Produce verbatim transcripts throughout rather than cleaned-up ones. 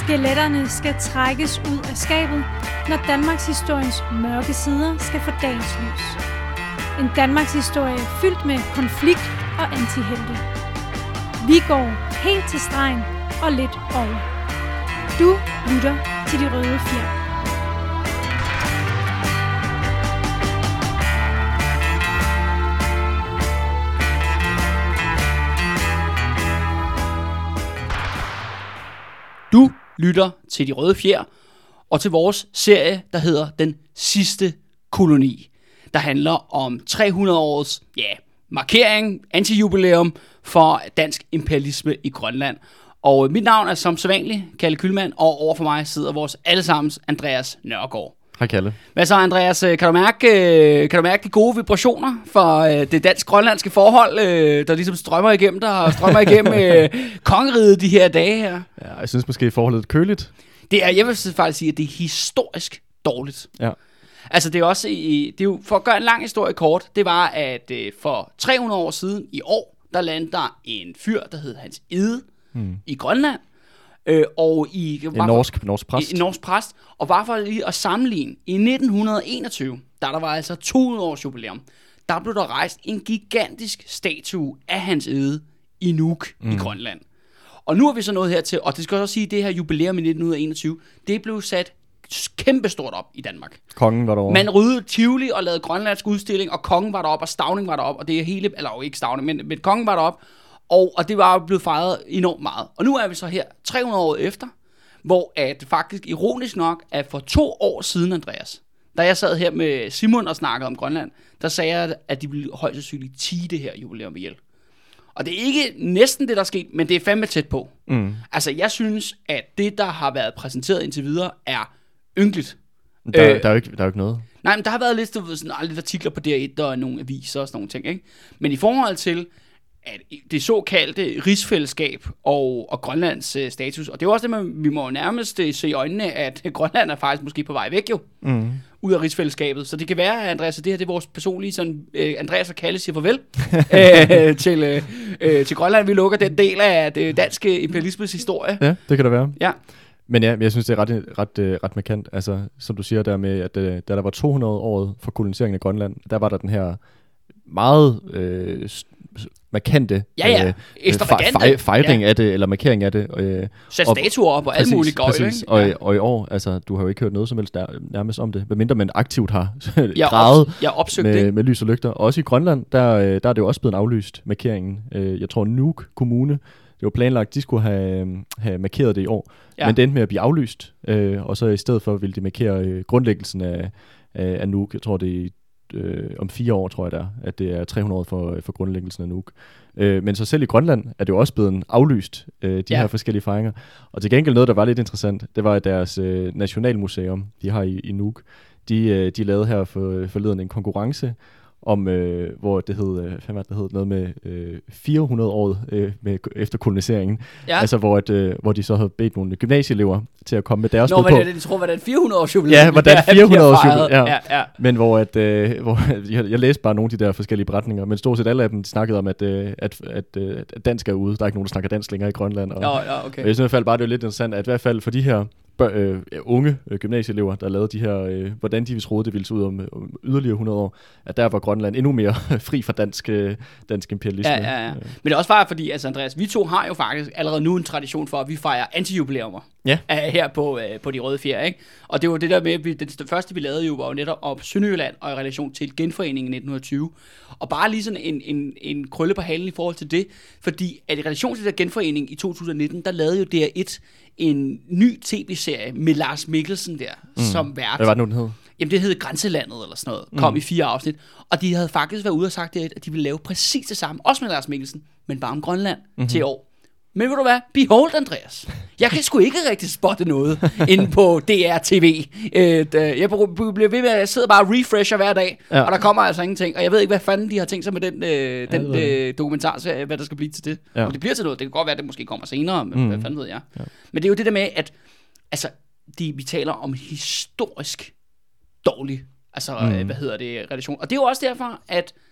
Skeletterne skal trækkes ud af skabet, når Danmarks historiens mørke sider skal få dagens lys. En Danmarks historie fyldt med konflikt og antihelte. Vi går helt til stregen og lidt over. Du lytter til De Røde Fjer. Du lytter til De Røde Fjer, og til vores serie, der hedder Den Sidste Koloni, der handler om tre hundrede års ja, markering, antijubilæum for dansk imperialisme i Grønland. Og mit navn er som sædvanligt Kalle Kyhlmann, og overfor mig sidder vores allesammens Andreas Nørgaard. Hej Kalle. Hvad så, Andreas? Kan du mærke, kan du mærke de gode vibrationer for det dansk-grønlandske forhold, der ligesom strømmer igennem dig og strømmer igennem kongeriget de her dage her? Ja, jeg synes måske forholdet er køligt. Det er, jeg vil faktisk sige, at det er historisk dårligt. Ja. Altså det er også, i, det er jo, for at gøre en lang historie kort, det var, at for tre hundrede år siden i år, der landede der en fyr, der hed Hans Egede hmm. i Grønland. Øh, og i en norsk, norsk præst. En norsk præst. Og bare for lige at sammenligne, i nitten enogtyve, der der var altså to hundrede års jubilæum, der blev der rejst en gigantisk statue af Hans Egede i Nuuk mm. i Grønland. Og nu er vi så nået hertil, og det skal også sige, at det her jubilæum i nitten enogtyve, det blev sat kæmpestort op i Danmark. Kongen var derovre. Man ryddede Tivoli og lavede grønlandsk udstilling, og kongen var deroppe, og Stauning var deroppe, og det er hele, eller jo ikke Stauning, men, men kongen var deroppe. Og, og det var jo blevet fejret enormt meget. Og nu er vi så her tre hundrede år efter, hvor at faktisk ironisk nok, at for to år siden, Andreas, da jeg sad her med Simon og snakkede om Grønland, der sagde jeg, at de ville højst sandsynligt tige det her jubilæum ihjel. Og det er ikke næsten det, der er sket, men det er fandme tæt på. Mm. Altså, jeg synes, at det, der har været præsenteret indtil videre, er ynkeligt. Der, øh, der, er, jo ikke, der er jo ikke noget. Nej, men der har været lidt, sådan, lidt artikler på D R et og nogle aviser og sådan nogle ting, ikke? Men i forhold til at det såkaldte rigsfællesskab og, og Grønlands øh, status, og det er jo også det, man, vi må nærmest øh, se i øjnene, at Grønland er faktisk måske på vej væk jo, mm. ud af rigsfællesskabet. Så det kan være, Andreas, at det her det er vores personlige, sådan, øh, Andreas og Kalle siger farvel øh, til, øh, øh, til Grønland. Vi lukker den del af det danske imperialismes historie. Ja, det kan det være. Ja. Men ja, jeg synes, det er ret, ret, ret markant. Altså, som du siger der med, at da der var to hundrede år for koloniseringen af Grønland, der var der den her meget øh, markante ja, ja. Øh, fej, fejring ja. af det, eller markering af det. Øh, Sæt statuer op og alle mulige gøjl, ikke? Og, ja. og i år, altså, du har jo ikke hørt noget som helst der, nærmest om det, medmindre man aktivt har jeg gravet op, jeg med, med lys og lygter. Og også i Grønland, der, der er det jo også blevet aflyst, markeringen. Jeg tror, Nuuk Kommune, det var planlagt, de skulle have, have markeret det i år, ja. men det endte med at blive aflyst, øh, og så i stedet for ville de markere øh, grundlæggelsen af, af, af Nuuk. Jeg tror, det er øh, om fire år, tror jeg der, at det er tre hundrede år for, for grundlæggelsen af Nuuk. Øh, men så selv i Grønland er det jo også blevet aflyst, øh, de ja. her forskellige fejringer. Og til gengæld noget, der var lidt interessant, det var, at deres øh, nationalmuseum, de har i, i Nuuk, de, øh, de lavede her for, forleden en konkurrence, om øh, hvor det hed, øh, hvad det hed, noget med øh, fire hundrede år øh, med, efter koloniseringen. Ja. Altså hvor, at, øh, hvor de så havde bedt nogle gymnasieelever til at komme med deres bud på. Nå, men det, de tror, hvordan fire hundrede års jubilæum. Ja, hvordan fire hundrede års jubilæum. Ja. Ja, ja. Men hvor, at, øh, hvor jeg, jeg læste bare nogle af de der forskellige beretninger, men stort set alle af dem snakkede om, at, øh, at, at, at dansk er ude. Der er ikke nogen, der snakker dansk længere i Grønland. Og, ja, ja, okay. og jeg synes i hvert fald bare, det er lidt interessant, at i hvert fald for de her Bør, øh, unge øh, gymnasieelever, der lavede de her, øh, hvordan de troede, det ville se ud om, om yderligere hundrede år, at der var Grønland endnu mere fri fra dansk, øh, dansk imperialisme. Ja, ja, ja. Men det er også bare fordi, altså Andreas, vi to har jo faktisk allerede nu en tradition for, at vi fejrer antijubilæumer ja. her på, øh, på De Røde Fjer, ikke? Og det var det der med, vi, det første vi lavede jo, var jo netop op Sønderjylland og i relation til genforeningen i nitten tyve. Og bare lige sådan en, en, en krølle på halen i forhold til det, fordi at i relation til den genforening i to tusind nitten, der lavede jo D R et en ny tv-serie med Lars Mikkelsen der, mm. som vært. Hvad var det nu, den hed? Jamen, det hed Grænselandet eller sådan noget. Kom mm. i fire afsnit. Og de havde faktisk været ude og sagt, at de ville lave præcis det samme, også med Lars Mikkelsen, men bare om Grønland mm-hmm. til år. Men ved du hvad? Behold, Andreas. Jeg kan sgu ikke rigtig spotte noget inde på D R T V. Jeg bliver ved med, at jeg sidder bare og refresher hver dag, ja. og der kommer altså ingenting. Og jeg ved ikke, hvad fanden de har tænkt sig med den, øh, den øh, dokumentarserie, hvad der skal blive til det. Ja. Om det bliver til noget, det kan godt være, at det måske kommer senere, men mm. hvad fanden ved jeg. Ja. Men det er jo det der med, at altså, de, vi taler om historisk dårlig, altså, mm. hvad hedder det, relation. Og det er jo også derfor, at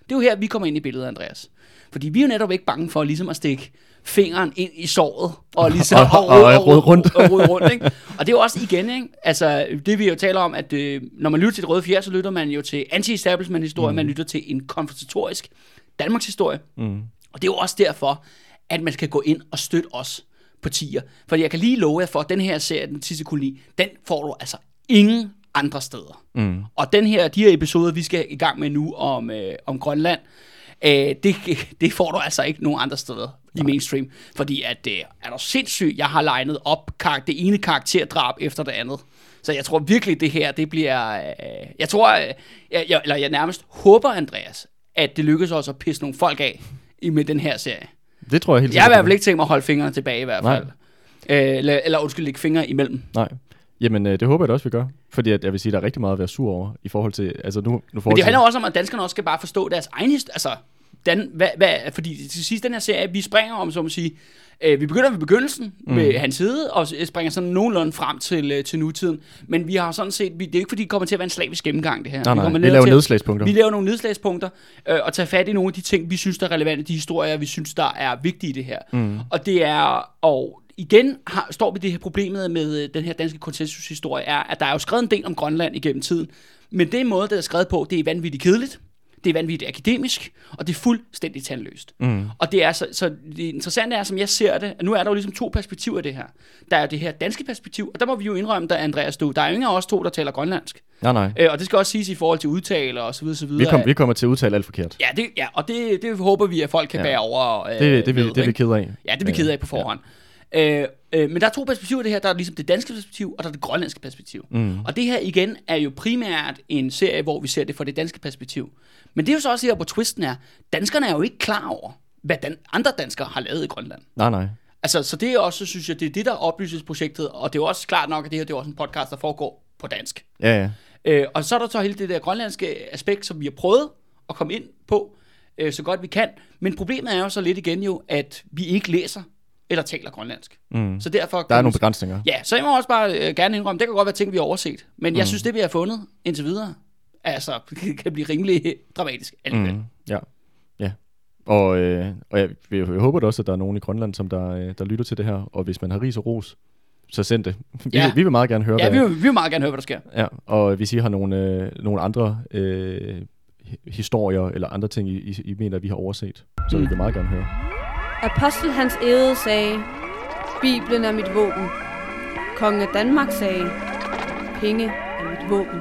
Det er jo her, vi kommer ind i billedet, Andreas. Fordi vi er jo netop ikke bange for ligesom at stikke fingeren ind i såret og ligesom og, og, og, og rode rundt. og, rode rundt ikke? Og det er jo også igen, ikke? Altså, det vi jo taler om, at øh, når man lytter til Det Røde Fjer, så lytter man jo til anti-establishment-historie, mm. man lytter til en konfrontatorisk Danmarks historie. Mm. Og det er jo også derfor, at man skal gå ind og støtte os på tier. For jeg kan lige love jer for, at den her serie, Den Sidste Koloni, den får du altså ingen andre steder. Mm. Og den her, de her episoder, vi skal i gang med nu om, øh, om Grønland, øh, det, det får du altså ikke nogen andre steder i mainstream. Fordi at, øh, er du sindssygt, jeg har legnet op kar- det ene karakterdrab efter det andet. Så jeg tror virkelig, det her, det bliver... Øh, jeg tror, øh, jeg, jeg, eller jeg nærmest håber, Andreas, at det lykkes også at pisse nogle folk af med den her serie. Det tror jeg helt sikkert. Jeg har i hvert fald ikke tænkt mig at holde fingrene tilbage i hvert fald. Øh, eller, eller undskyld, lægge fingre imellem. Nej. Jamen, øh, det håber jeg da også, vi gør. Fordi at, jeg vil sige, der er rigtig meget at være sur over i forhold til... Altså, nu, nu Men det handler også om, at danskerne også skal bare forstå deres egen historie. Altså, den, hvad, hvad, fordi til sidst den her serie, vi springer om, så må sige... Øh, vi begynder ved begyndelsen mm. med hans side, og springer sådan nogenlunde frem til, øh, til nutiden. Men vi har sådan set... Vi, det er ikke, fordi det kommer til at være en slavisk gennemgang, det her. Nej, nej, vi, vi laver til, nedslagspunkter. Vi laver nogle nedslagspunkter, øh, og tager fat i nogle af de ting, vi synes, der er relevante, de historier, vi synes, der er vigtige i det her. Mm. Og det er... Og igen har, står vi det her problemet med den her danske konsensushistorie, er, at der er jo skrevet en del om Grønland igennem tiden, men det måde, det er skrevet på, det er vanvittigt kedeligt, det er vanvittigt akademisk, og det er fuldstændig tandløst. Mm. Og det er så, så det interessante er, som jeg ser det, at nu er der jo ligesom to perspektiver i det her. Der er det her danske perspektiv, og der må vi jo indrømme, der er Andreas, du, der er jo ingen af os to, der taler grønlandsk. Nej, nej. Øh, og det skal også siges i forhold til udtale og så videre, så videre. Vi, kom, vi kommer til at udtale alt forkert. Ja, det, ja og det, det håber vi, at folk kan ja. bære over. Øh, det, det, det, det er vi ked af. Ja, det er vi ked af på forhånd. Ja. Øh, øh, men der er to perspektiver i det her. Der er ligesom det danske perspektiv, og der er det grønlandske perspektiv. Mm. Og det her igen er jo primært en serie, hvor vi ser det fra det danske perspektiv. Men det er jo så også her, hvor twisten er, danskerne er jo ikke klar over, hvad dan- andre danskere har lavet i Grønland. Nej, nej. Altså, så det er også, synes jeg, det er det, der oplyses projektet, og det er jo også klart nok, at det her det er også en podcast, der foregår på dansk. Ja, ja. Øh, og så er der så hele det der grønlandske aspekt, som vi har prøvet at komme ind på, øh, så godt vi kan. Men problemet er jo så lidt igen jo, at vi ikke læser eller taler grønlandsk. Mm. Så derfor der er nogle begrænsninger. Ja, så jeg må også bare øh, gerne indrømme, det kan godt være ting, vi har overset. Men mm. jeg synes, det vi har fundet indtil videre, altså, kan blive rimelig dramatisk alligevel. Mm. Ja, ja. Og, øh, og jeg, jeg håber også, at der er nogen i Grønland, som der, øh, der lytter til det her. Og hvis man har ris og ros, så send det. Vi, ja. vi vil meget gerne høre, ja, hvad... vi vil, vi vil meget gerne høre, hvad der sker. Ja, og hvis I har nogle, øh, nogle andre øh, historier eller andre ting, I, I, I mener, vi har overset, så mm. vil vi meget gerne høre. Apostel Hans Egede sagde, Bibelen er mit våben. Kongen af Danmark sagde, penge er mit våben.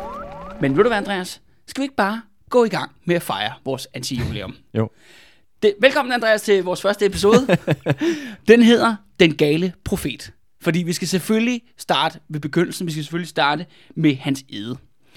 Men ved du hvad, Andreas? Skal vi ikke bare gå i gang med at fejre vores anti-jubilæum? Jo. Det, velkommen, Andreas, til vores første episode. Den hedder Den Gale Profet. Fordi vi skal selvfølgelig starte ved begyndelsen. Vi skal selvfølgelig starte med Hans Egede.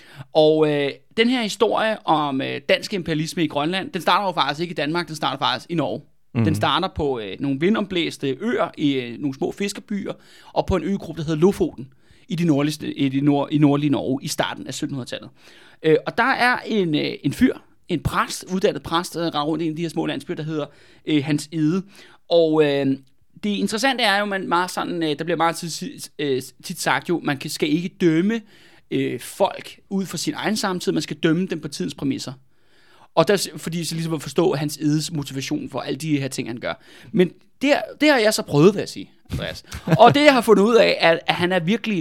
Og øh, den her historie om øh, dansk imperialisme i Grønland, den starter jo faktisk ikke i Danmark, den starter faktisk i Norge. Mm. Den starter på øh, nogle vindomblæste øer i øh, nogle små fiskerbyer, og på en øgruppe, der hedder Lofoten, i, de nordligste, i, de nord, i nordlige Norge, i starten af syttenhundredetallet. Øh, og der er en, øh, en fyr, en præst, uddannet præst, der render rundt i en af de her små landsbyer, der hedder øh, Hans Egede. Og øh, det interessante er jo, man meget sådan, øh, der bliver meget tit, øh, tit sagt jo, man kan, skal ikke dømme øh, folk ud fra sin egen samtid, man skal dømme dem på tidens præmisser. Og der, fordi så ligesom at forstå Hans Egedes motivation for alle de her ting, han gør. Men det, det har jeg så prøvet, vil jeg sige, Andreas. Og det, jeg har fundet ud af, er, at han er virkelig...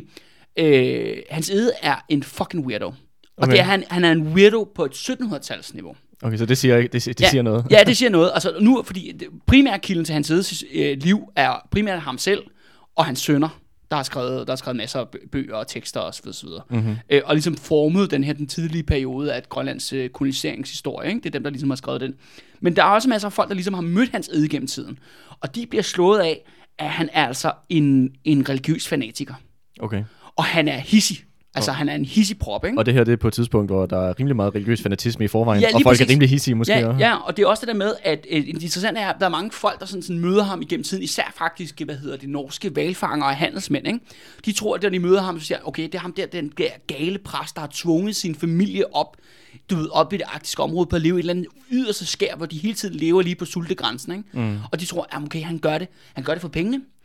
Øh, Hans Egede er en fucking weirdo. Og okay. det er, han, han er en weirdo på et syttenhundredetalsniveau. Okay, så det siger, det, det ja, siger noget. Ja, det siger noget. Altså nu, fordi primært kilden til Hans Egedes øh, liv er primært ham selv og hans sønner, der har skrevet, der har skrevet masser af bøger og tekster og så videre, så videre. Mm-hmm. Øh, og ligesom formet den her den tidlige periode af Grønlands øh, koloniseringshistorie, ikke? Det er dem, der ligesom har skrevet den. Men der er også masser af folk, der ligesom har mødt Hans Egede gennem tiden. Og de bliver slået af, at han er altså en, en religiøs fanatiker. Okay. Og han er hissig. Altså, oh. han er en hissigprop, ikke? Og det her, det er på et tidspunkt, hvor der er rimelig meget religiøs fanatisme i forvejen, ja, og folk præcis. er rimelig hissige måske. Ja, ja, og det er også det der med, at øh, det interessante er, at der er mange folk, der sådan, sådan møder ham igennem tiden, især faktisk, hvad hedder det, norske hvalfanger og handelsmænd, ikke? De tror, at når de møder ham, så siger okay, det er ham der, den der gale præst, der har tvunget sin familie op, du ved, op i det arktiske område på at leve i et eller andet yderste skær, hvor de hele tiden lever lige på sultegrænsen, ikke? Mm. Og de tror, at okay, han gør det, han gør det for pengene.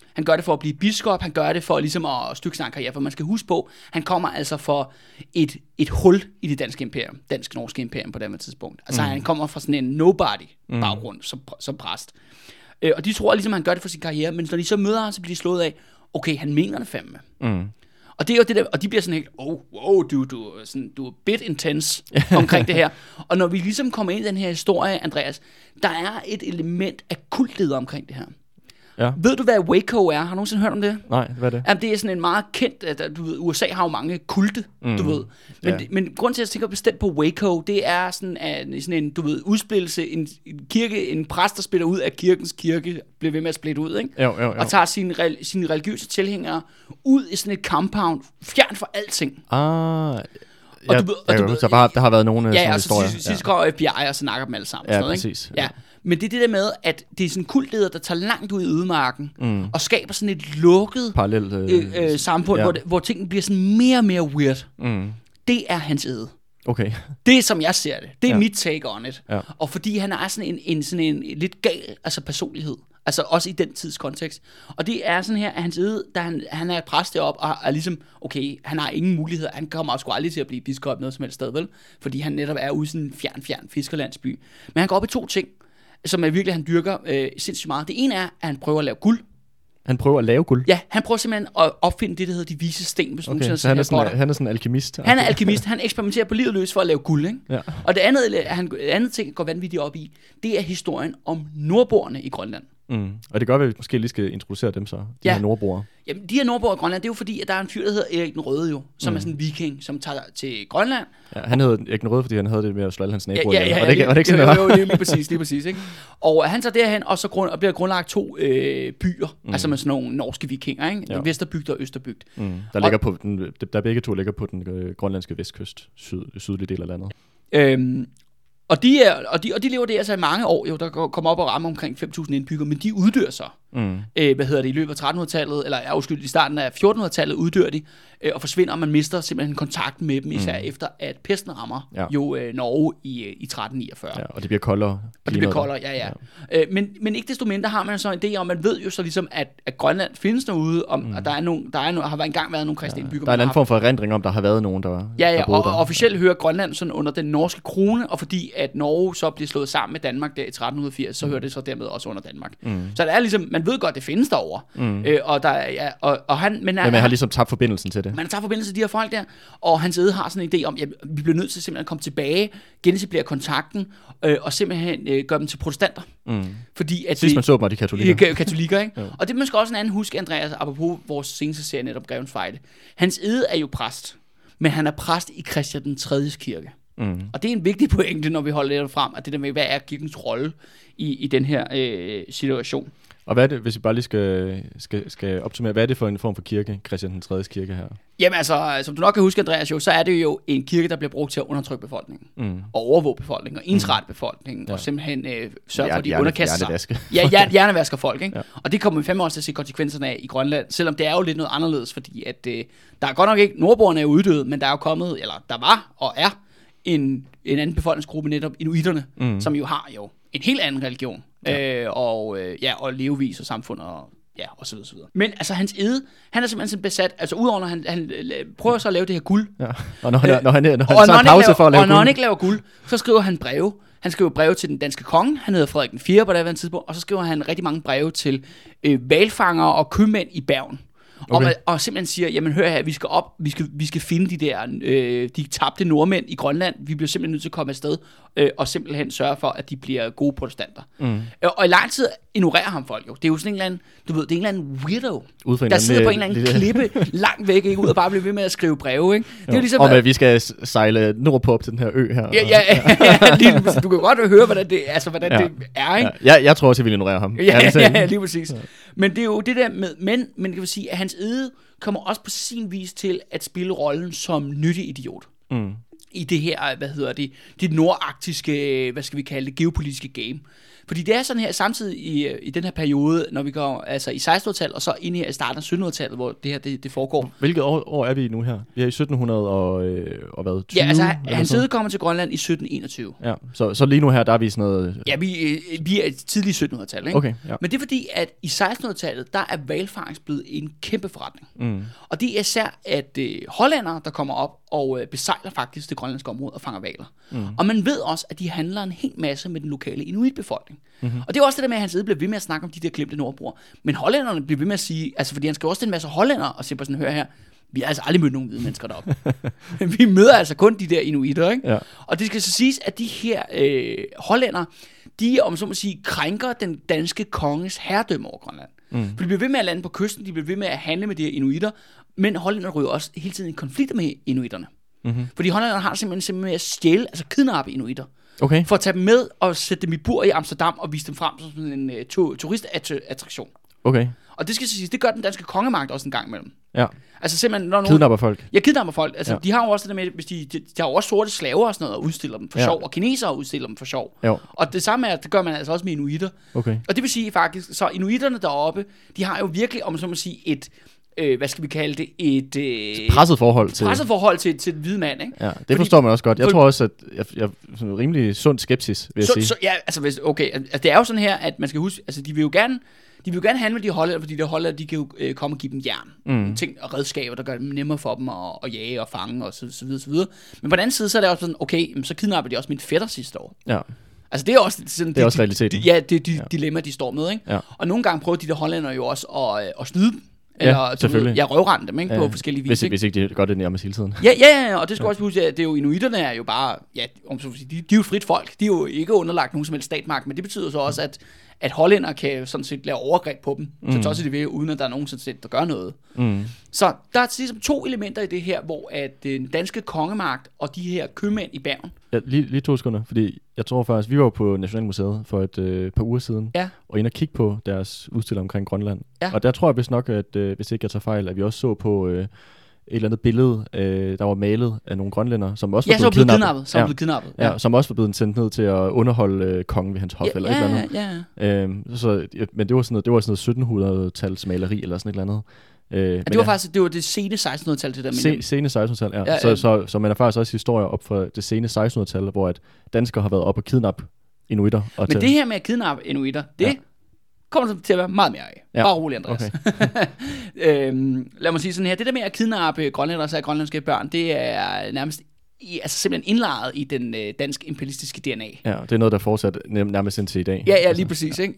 Han gør det for at blive biskop, han gør det for ligesom at stykke sin karriere, for man skal huske på, han kommer altså for et, et hul i det danske imperium, dansk-norske imperium på det tidspunkt. Altså mm. han kommer fra sådan en nobody-baggrund mm. som, som præst. Øh, og de tror ligesom, han gør det for sin karriere, men når de så møder ham, så bliver de slået af, okay, han mener det fandme. Mm. Og det er jo det der, og de bliver sådan helt, oh, wow, du, du, sådan, du er bit intense omkring det her. Og når vi ligesom kommer ind i den her historie, Andreas, der er et element af kultleder omkring det her. Ja. Ved du, hvad Waco er? Har du nogensinde hørt om det? Nej, hvad er det? Jamen, det er sådan en meget kendt, at du ved, U S A har jo mange kulte, mm. du ved. Men, ja. men grunden til, at jeg tænker bestemt på Waco, det er sådan, at, sådan en, du ved, udsplittelse, en, en kirke, en præst, der spiller ud af kirkens kirke, bliver ved med at splitte ud, ikke? Jo, jo, jo. Og tager sine, sine religiøse tilhængere ud i sådan et compound, fjern for alting. Ah, og ja, du, og du, der, var, der har været nogle ja, sådan ja, historier. Ja, og så sidst kommer F B I og så snakker dem alle sammen. Ja, sådan noget, præcis. Ikke? Ja. Men det er det der med, at det er sådan en kultleder, der tager langt ud i ødemarken, mm. og skaber sådan et lukket parallelt øh, øh, samfund, ja. hvor, det, hvor tingene bliver sådan mere og mere weird. Mm. Det er hans æde. Okay. Det er, som jeg ser det. Det er ja. mit take on it. Ja. Og fordi han er sådan en, en, sådan en lidt gal altså personlighed. Altså også i den tids kontekst. Og det er sådan her, at hans æde, da han, han er præst deroppe, og er ligesom, okay, han har ingen muligheder. Han kommer også aldrig til at blive biskop noget som helst sted, vel? Fordi han netop er ude i sådan en fjern, fjern fiskerlandsby. Men han går op i to ting, som er virkelig, han dyrker øh, sindssygt meget. Det ene er, at han prøver at lave guld. Han prøver at lave guld? Ja, han prøver simpelthen at opfinde det, der hedder de vise sten. Hvis okay, så han er, sådan, han er sådan en alkemist? Han er alkemist. Han eksperimenterer på livet løs for at lave guld, ikke? Ja. Og det andet, han, andet ting, går vanvittigt op i, det er historien om nordboerne i Grønland. Mm. Og det gør, at vi måske lige skal introducere dem så, de ja. her nordboere. Jamen, de her nordboere i Grønland, det er jo fordi, at der er en fyr, der hedder Erik den Røde jo, som mm. er sådan en viking, som tager til Grønland. Ja, han hedder Erik den Røde, fordi han havde det med at slå alle hans naboer. Ja, ja, ja, og det, ja, var det ikke sådan, jo, jo, lige, lige præcis, lige præcis, ikke? Og han tager derhen, og så grund, og bliver grundlagt to øh, byer, mm. altså med sådan nogle norske vikinger, ikke? Ja. Vesterbygd og Østerbygd. Mm. Der, ligger på den, der begge to ligger på den øh, grønlandske vestkyst, syd, sydlige del af landet. Øhm, Og de, er, og, de, og de lever der altså i mange år, jo, der kommer op og rammer omkring fem tusind indbyggere, men de uddør så. Mm. Øh, hvad hedder det, i løbet af trettenhundredetallet, eller ja, undskyld, i starten af fjortenhundredetallet uddør de, øh, og forsvinder, og man mister simpelthen kontakten med dem, især mm. efter at pesten rammer ja. jo øh, Norge i, i tretten niogfyrre. Ja, og det bliver koldere. Og det bliver koldere, ja, ja. ja. Øh, men, men ikke desto mindre har man så en idé om, man ved jo så ligesom, at, at Grønland findes derude, om, mm. at der, er nogle, der er no, har engang været nogle kristne ja. indbyggere. Der er en anden form for erindring om, der har været nogen, der Ja, ja, der og, der. og officielt hører Grønland sådan under den norske krone, og fordi at Norge så bliver slået sammen med Danmark der i tretten firs, så mm. hører det så dermed også under Danmark. Mm. Så det er ligesom, man ved godt, det findes derovre. Mm. Øh, og, der, ja, og, og han, men, men man har ligesom tabt forbindelsen til det. Man har tabt forbindelsen til de her folk der, og hans æde har sådan en idé om, at ja, vi bliver nødt til simpelthen at komme tilbage, genetablere kontakten, øh, og simpelthen øh, gøre dem til protestanter. Mm. Fordi at sidst man så dem, var de katolikker. katolikker, ikke? Ja. Og det man skal også en anden huske, Andreas, apropos vores seneste serie netop Grevens Fejde. Hans æde er jo præst, men han er præst i Christian den tredjes kirke. Mm. Og det er en vigtig pointe, når vi holder det frem, at det der med, hvad er kirkens rolle i, i den her øh, situation. Og hvad er det, hvis vi bare lige skal, skal, skal opsummere, hvad er det for en form for kirke, Christian den tredjes kirke her? Jamen altså, som du nok kan huske, Andreas, jo, så er det jo en kirke, der bliver brugt til at undertrykke befolkningen, mm. og overvåge befolkningen, og ensrette befolkningen, ja. og simpelthen øh, sørge for, at de underkaster sig. Ja, hjerne, hjernevasker folk, ikke? Ja. Og det kommer vi fandme også til at se konsekvenserne af i Grønland, selvom det er jo lidt noget anderledes, fordi at øh, der er godt nok ikke, nordboerne er jo uddøde, men der er jo kommet, eller der var og er, en, en anden befolkningsgruppe, netop inuiterne, mm. som jo har jo en helt anden religion, ja. øh, og, øh, ja, og levevis og samfund, og ja, og så videre, så videre. Men altså, hans æde, han er simpelthen besat, altså udover, når han, han prøver så at lave det her guld. Ja. Og når han, øh, når han, når han, når han tager en pause laver, for at lave og guld. når han ikke laver guld, så skriver han breve. Han skriver breve til den danske konge, han hedder Frederik den fjerde på det her tidspunkt, og så skriver han rigtig mange breve til øh, hvalfangere og købmænd i Bergen. Okay. Og, og simpelthen siger, jamen hør her, vi skal op, vi skal, vi skal finde de der, øh, de tabte nordmænd i Grønland, vi bliver simpelthen nødt til at komme afsted, øh, og simpelthen sørge for, at de bliver gode protestanter. Mm. Øh, og i lang tid ignorerer ham folk jo. Det er jo sådan en eller anden, du ved, det er en eller anden weirdo, der sidder på en eller anden klippe langt væk, ikke ud og bare bliver ved med at skrive breve, ikke? Det er jo ligesom, om at vi skal sejle nordpå op til den her ø her. Ja, ja, ja, ja lige, du kan godt høre, hvordan det, altså, hvordan ja. det er, ikke? Ja, jeg, jeg tror også, jeg vil ignorere ham. Ja, ja, ja, ja, lige præcis. Ja. Men det er jo det der med, men, men kan vi sige, at hans æde kommer også på sin vis til at spille rollen som nyttig idiot. Mm. I det her, hvad hedder det, det nordarktiske, hvad skal vi kalde det, geopolitiske game. Fordi det er sådan her, samtidig i, i den her periode, når vi går altså i sekstenhundredetallet, og så ind her i starten af syttenhundredetallet, hvor det her det, det foregår. Hvilket år, år er vi nu her? Vi er i sytten hundrede og, øh, og hvad, tyve? Ja, altså han side kommer til Grønland i sytten enogtyve. Ja, så, så lige nu her, der er vi sådan noget... Ja, vi, vi er i tidlig syttenhundredetallet, ikke? Okay, ja. Men det er fordi, at i sekstenhundredetallet, der er hvalfangst blevet en kæmpe forretning. Mm. Og det er især, at øh, hollændere, der kommer op og øh, besejler faktisk det grønlandske område og fanger hvaler. Mm. Og man ved også, at de handler en hel masse med den lokale inuitbefolkning. Mm-hmm. Og det er også det der med, at han sidder bliver ved med at snakke om de der glemte nordbrugere. Men hollænderne bliver ved med at sige, altså fordi han skal også til en masse hollændere og se på sådan, hør her, vi har altså aldrig mødt nogen hvide mennesker deroppe. Vi møder altså kun de der inuiter, ikke? Ja. Og det skal så siges, at de her øh, hollændere, de om så må sige, krænker den danske konges herredømme over Grønland. Mm. For de bliver ved med at lande på kysten, de bliver ved med at handle med de her inuiter, men hollænderne ryger også hele tiden i konflikter med inuiterne. Mm-hmm. Fordi hollænderne har simpelthen, simpelthen med at stjæle, altså kidnappe inuiter. Okay. For at tage dem med og sætte dem i bur i Amsterdam og vise dem frem som en uh, to- turistattraktion. Okay. Og det skal så siges, det gør den danske kongemagt også en gang imellem. Ja. Altså simpelthen, når nogen... Kidnapper folk. Ja, kidnapper folk. Altså, ja. De har jo også det der med, hvis de, de, de har jo også sorte slaver og sådan noget, og udstiller dem for ja. sjov, og kinesere udstiller dem for sjov. Jo. Og det samme er, det gør man altså også med inuiter. Okay. Og det vil sige faktisk, så inuiterne deroppe, de har jo virkelig, om så må sige, et... Øh, hvad skal vi kalde det, et øh, presset forhold til presset forhold til, til den hvide mand, ikke? Ja, det Fordi, forstår man også godt. Jeg for, tror også, at jeg, jeg sådan rimelig sund skepsis, vil jeg så, sige. Så, ja, altså hvis, okay, altså, det er jo sådan her, at man skal huske, altså de vil jo gerne, de vil jo gerne handle med de hollændere, fordi de hollændere, de kan jo øh, komme og give dem jern, mm. ting og redskaber, der gør det nemmere for dem at, at jage og fange og så, så videre, så videre. Men på den anden side, så er det også sådan, okay, så kidnapper de også min fætter sidste år. Ja. Altså det er også sådan, det er de, også realiteten. De, ja, det er de ja. dilemma, de står med, ikke? Ja. Og nogle gange prøver de der hollændere jo også at, at snyde dem. Eller, ja, selvfølgelig. Jeg røvrende dem, ikke, ja, på forskellige vis. Hvis, hvis ikke de gør det nærmest hele tiden. Ja, ja, ja, og det skal ja. også huske, at det er jo, inuiterne er jo bare, ja, om så sige, de, de er jo frit folk. De er jo ikke underlagt nogen som helst statmagt, men det betyder så også, at, at hollænder kan sådan set lave overgreb på dem. Mm. Så tosser de ved, uden at der er nogen sådan set, der gør noget. Mm. Så der er ligesom to elementer i det her, hvor at den danske kongemagt og de her købmænd i Bergen. Ja, lige, lige to sekunder, fordi jeg tror faktisk, vi var på Nationalmuseet for et øh, par uger siden, ja. og inde og kigge på deres udstilling omkring Grønland. Ja. Og der tror jeg vist nok, at øh, hvis ikke jeg tager fejl, at vi også så på øh, et eller andet billede, øh, der var malet af nogle grønlænder, som også ja, var blevet kidnappet. kidnappet. Som ja. blev kidnappet. Ja. Ja, som også var blevet sendt ned til at underholde øh, kongen ved hans hof, ja, eller ja, et eller andet. Ja, ja. Øhm, så, ja, men det var sådan noget, det var sådan noget syttenhundrede-tals maleri, eller sådan et eller andet. Øh, ja, det var ja. faktisk det var det sene sekstenhundredetal det der Se, sene sekstenhundredetal, ja. ja, ja. Så, så, så man har faktisk også historier op fra det sene sekstenhundredetal, hvor at danskere har været op og kidnappe inuiter. Og men det her med at kidnappe inuiter, det ja. kommer til at være meget mere af. Ja. Bare rolig, Andreas. Okay. øhm, lad mig sige sådan her, det der med at kidnappe grønlændere og særligt grønlandske børn, det er nærmest i, altså simpelthen indlejret i den øh, danske imperialistiske D N A. Ja, det er noget, der fortsat nærmest indtil i dag. Ja, ja, lige præcis, ja. ikke?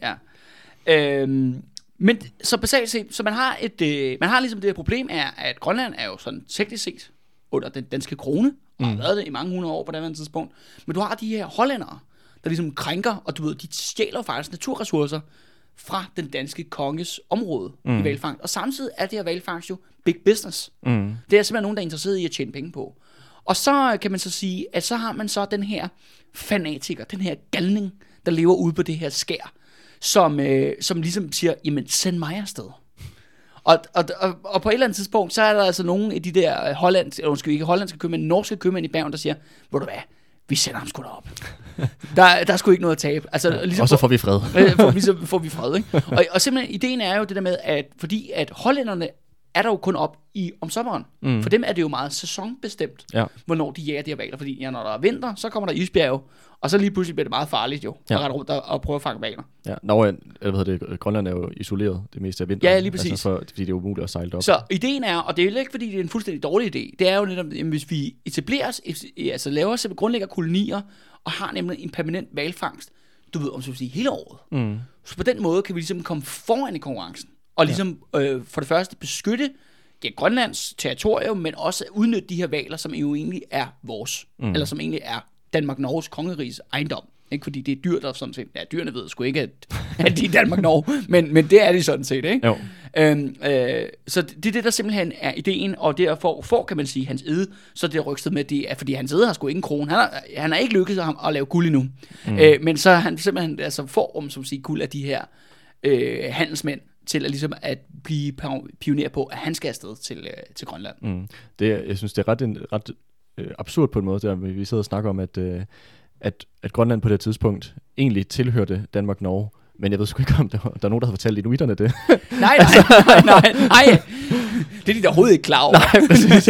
Ja. Øhm, Men så basalt set, så man har et, øh, man har ligesom det her problem er, at Grønland er jo sådan teknisk set under den danske krone, og har mm. været det i mange hundrede år på det tidspunkt. Men du har de her hollændere, der ligesom krænker, og du ved, de stjæler faktisk naturressourcer fra den danske konges område mm. i hvalfangst. Og samtidig er det her hvalfangst jo big business. Mm. Det er simpelthen nogen, der er interesseret i at tjene penge på. Og så kan man så sige, at så har man så den her fanatiker, den her galning, der lever ude på det her skær, som, øh, som ligesom siger, jamen send mig afsted. Og, og, og, og på et eller andet tidspunkt, så er der altså nogle af de der hollandske, eller måske ikke hollandske købmænd, norske købmænd i Bergen, der siger, ved du hvad, vi sender ham sgu derop. der, der er sgu ikke noget at tabe. Altså, ja, ligesom og så får vi fred. for, så får vi fred, ikke? Og, og simpelthen, ideen er jo det der med, at fordi at hollænderne er der jo kun op i om sommeren. Mm. For dem er det jo meget sæsonbestemt, ja. hvornår de jager de her hvaler. Fordi ja, når der er vinter, så kommer der isbjerge, og så lige pludselig bliver det meget farligt jo, ja. at rette rundt og, og prøve at fange hvaler. Ja, Nå, jeg, hvad hedder det, Grønland er jo isoleret det meste af vinteren. Ja, lige præcis. Altså for, fordi det er umuligt at sejle op. Så ideen er, og det er jo ikke fordi det er en fuldstændig dårlig idé, det er jo netop, jamen, hvis vi etablerer os, altså laver simpelthen grundlægger kolonier, og har nemlig en permanent hvalfangst, du ved, om så vil sige, hele året. Mm. Så på den måde kan vi ligesom komme foran i konkurrencen, og ligesom ja. øh, for det første beskytte ja, Grønlands territorium, men også udnytte de her hvaler, som jo egentlig er vores, mm. eller som egentlig er Danmark-Norges kongeriges ejendom. Ikke fordi det er dyr, der sådan set, ja, dyrene ved sgu ikke, at, at de er Danmark-Norge, men, men det er de sådan set, ikke? Jo. Øhm, øh, så det er det, der simpelthen er ideen, og derfor får, kan man sige, hans ede, så det er rystet med, det er, fordi hans ede har sgu ingen krone. Han har, han har ikke lykkedes at, at lave guld endnu. Mm. Øh, men så han simpelthen altså får, om som siger, guld af de her øh, handelsmænd, til at, ligesom at blive pioner på, at han skal afsted til, øh, til Grønland. Mm. Det, jeg synes, det er ret, en, ret øh, absurd på en måde, der vi sidder og snakker om, at, øh, at, at Grønland på det tidspunkt egentlig tilhørte Danmark-Norge. Men jeg ved sgu ikke, om der, der er nogen, der har fortalt inuiterne det. Nej, nej, nej, nej, nej. Det er de der overhovedet ikke klar over. Nej, præcis.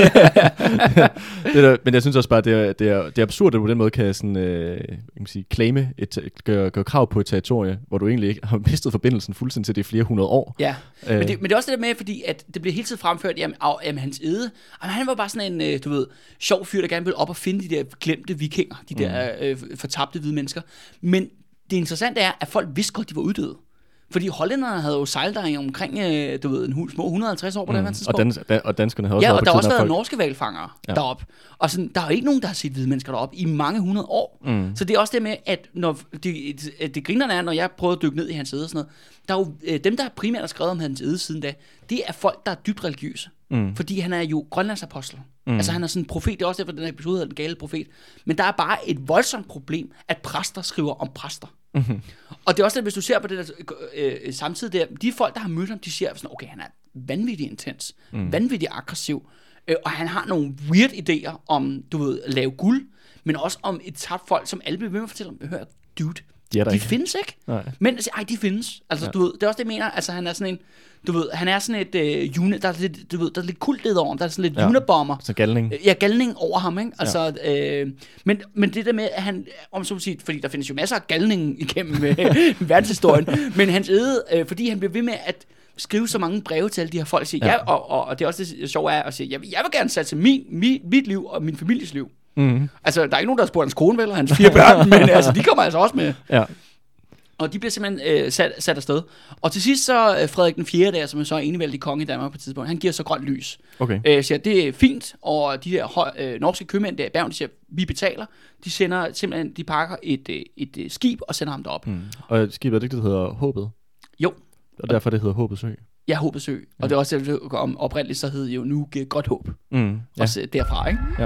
det der, men jeg synes også bare, det er, det er, det er absurd, at du på den måde kan, sådan, øh, kan sige, claime, et, gøre, gøre krav på et territorie, hvor du egentlig ikke har mistet forbindelsen fuldstændig til det flere hundrede år. Ja, øh. men, det, men det er også det der med, fordi at det bliver hele tiden fremført, jamen, af, jamen hans Ede, jamen, han var bare sådan en, du ved, sjov fyr, der gerne ville op og finde de der glemte vikinger, de der øh, fortabte hvide mennesker. Men det interessante er, at folk vidste godt, de var uddøde. Fordi hollænderne havde jo sejlet der omkring, du ved, en små et hundrede og halvtreds år på mm. det her tidspunkt. Og, dans, dan, og danskerne havde også ja, været og der har også været folk. norske hvalfangere ja. deroppe. Og sådan, der er jo ikke nogen, der har set hvide mennesker deroppe i mange hundrede år. Mm. Så det er også det med, at når det, det, det grinerne er, når jeg prøver at dykke ned i hans ede og sådan noget, der er jo dem, der primært har skrevet om hans ede siden da, det er folk, der er dybt religiøse. Mm. Fordi han er jo Grønlandsapostel. Mm. Altså han er sådan en profet, det er også derfor, den her episode hedder Den Gale Profet. Men der er bare et voldsomt problem, at præster skriver om præster. Mm-hmm. Og det er også det, hvis du ser på det der øh, samtidig der, de folk, der har mødt ham, de siger sådan, okay, han er vanvittigt intens, mm. vanvittigt aggressiv, øh, og han har nogle weird idéer om, du ved, at lave guld, men også om et tabt folk, som alle bliver ved med at fortælle om, hør, dude, de ikke. findes ikke. Nej. Men altså, ej, de findes. Altså, ja. du ved, det er også det, jeg mener. Altså, han er sådan en, du ved, han er sådan et, øh, uni, der er lidt, du ved, der er lidt kultled over ham. Der er sådan lidt ja. unabomber. Så galning. Ja, galning over ham, ikke? Altså, ja. øh, men, men det der med, at han, om så at sige, fordi der findes jo masser af galning igennem øh, verdenshistorien, men hans ede, øh, fordi han bliver ved med at skrive så mange breve til alle de her folk, siger, ja. Ja, og, og, og det er også det sjove er at sige, jeg, jeg vil gerne satse min, mit, mit liv og min families liv. Mm. Altså, der er ikke nogen, der har spurgt hans kone, vel, og hans fire børn, men altså, de kommer altså også med. Ja. Og de bliver simpelthen øh, sat, sat afsted. Og til sidst så øh, Frederik den fjerde, der, som er så enevældig konge i Danmark på et tidspunkt, han giver så grønt lys. Okay. Øh, siger, det er fint, og de her høj, øh, norske købmænd der i Bergen, de siger, vi betaler. De sender simpelthen, de pakker et, et, et skib og sender ham derop. Mm. Og skibet er det ikke, det hedder Håbet? Jo. Og derfor det hedder Håbets Ø? Ja, Håbets Ø. Ja. Og det er også det, om oprindeligt, så hedder jo nu Godt Håb. Mm. Ja. Også derfra, ikke? Ja.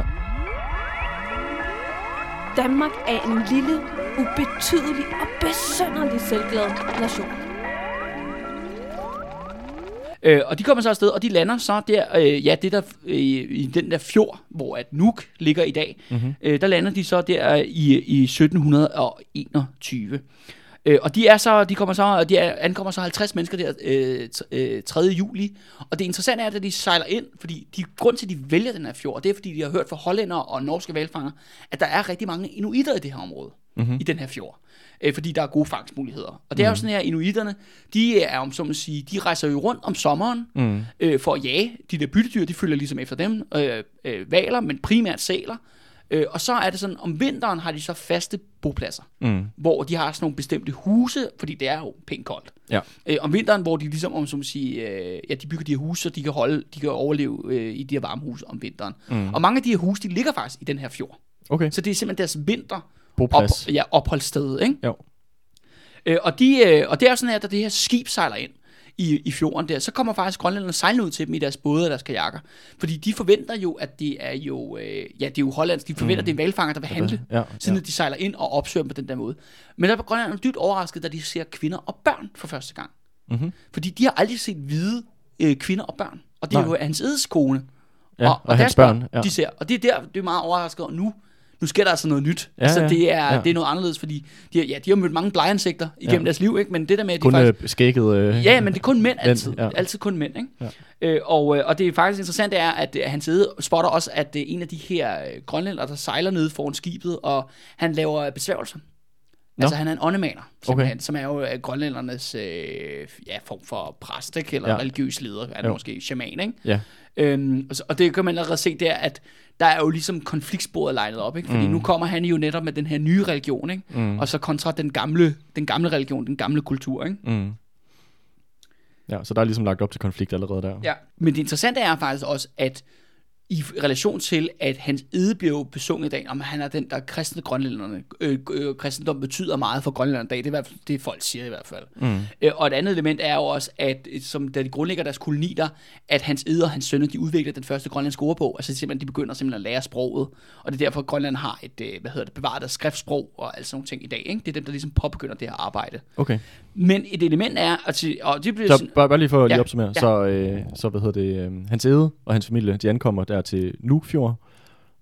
Danmark er en lille, ubetydelig og besynderlig selvglad nation. Øh, og de kommer så afsted, og de lander så der, øh, ja, det der øh, i den der fjord, hvor at Nuuk ligger i dag. Mm-hmm. Øh, der lander de så der i, i sytten enogtyve. Øh, og de er så, de kommer så, de er, ankommer så halvtreds mennesker der øh, øh, tredje juli. Og det interessante er, at de sejler ind, fordi de, grund til, at de vælger den her fjord, det er, fordi de har hørt fra hollændere og norske hvalfangere, at der er rigtig mange inuitter i det her område, mm-hmm. i den her fjord. Øh, fordi der er gode fangstmuligheder. Og det er mm. jo sådan her, inuitterne, de er, om så man sige, de rejser jo rundt om sommeren mm. øh, for at jage de der byttedyr, de følger ligesom efter dem, øh, øh, valer, men primært sæler. Øh, og så er det sådan, om vinteren har de så faste bopladser, mm. hvor de har sådan nogle bestemte huse, fordi det er jo pænt koldt. Ja. Øh, om vinteren, hvor de ligesom, om så man sige, øh, ja, de bygger de her huse, så de kan holde, de kan overleve øh, i de her varme huse om vinteren. Mm. Og mange af de her huse, de ligger faktisk i den her fjord. Okay. Så det er simpelthen deres vinter op, ja, opholdssted, ikke? Jo. Øh, og, de, øh, og det er sådan her, da det her skib sejler ind i, i fjorden der, så kommer faktisk grønlænderne sejlende ud til dem i deres både og deres kajakker. Fordi de forventer jo, at det er jo, øh, ja, det er jo hollandsk, de forventer, mm. at det er en hvalfanger, der vil handle, ja, siden ja. de sejler ind og opsøger dem på den der måde. Men der er grønlænderne dybt overrasket, da de ser kvinder og børn for første gang. Mm-hmm. Fordi de har aldrig set hvide øh, kvinder og børn. Og det er Nej. jo hans edes kone. Ja, og, og, og deres børn, børn ja. de ser. Og det er der, det er meget overrasket over nu. Nu sker der altså noget nyt. Ja, altså det er, ja. det er noget anderledes, fordi de, ja, de har mødt mange blegeansigter igennem ja. deres liv, ikke? Men det der med, at de kun faktisk... skægget... Øh, ja, men det er kun mænd altid. Ja. Altid kun mænd, ikke? Ja. Øh, og, og det er faktisk interessant, er, at han sidder spotter også, at det er en af de her grønlændere, der sejler nede foran skibet, og han laver besværgelser. No. Altså han er en åndemaner, okay. som er jo grønlændernes øh, ja, form for præst, ikke? Eller ja. religiøs leder, er måske shaman, ikke? Ja. Øhm, og, og det kan man allerede se der, at der er jo ligesom konfliktsporet legnet op, ikke? Fordi mm. nu kommer han jo netop med den her nye religion, ikke? Mm. Og så kontra den gamle, den gamle religion, den gamle kultur, ikke? Mm. Ja, så der er ligesom lagt op til konflikt allerede der. Ja, men det interessante er faktisk også, at i relation til, at hans ede blev besunget i dag, om han er den, der kristne grønlænderne. Øh, øh, kristendom betyder meget for grønlænderne i dag, det er i hvert fald det, folk siger i hvert fald. Mm. Øh, og et andet element er jo også, at som da de grundlægger deres koloni der, at hans ede og hans sønner, de udvikler den første grønlandske ordbog, altså simpelthen, de begynder simpelthen at lære sproget, og det er derfor, at Grønland har et, øh, hvad hedder det, bevaret skriftsprog og alle sådan nogle ting i dag, ikke? Det er dem, der ligesom påbegynder det her arbejde. Okay. Men et element er, at, og det bliver så sådan, bare, bare lige for at ja, lige opsummere, ja. så, øh, så hvad hedder det, øh, hans ede og hans familie, de ankommer der til Nuukfjord,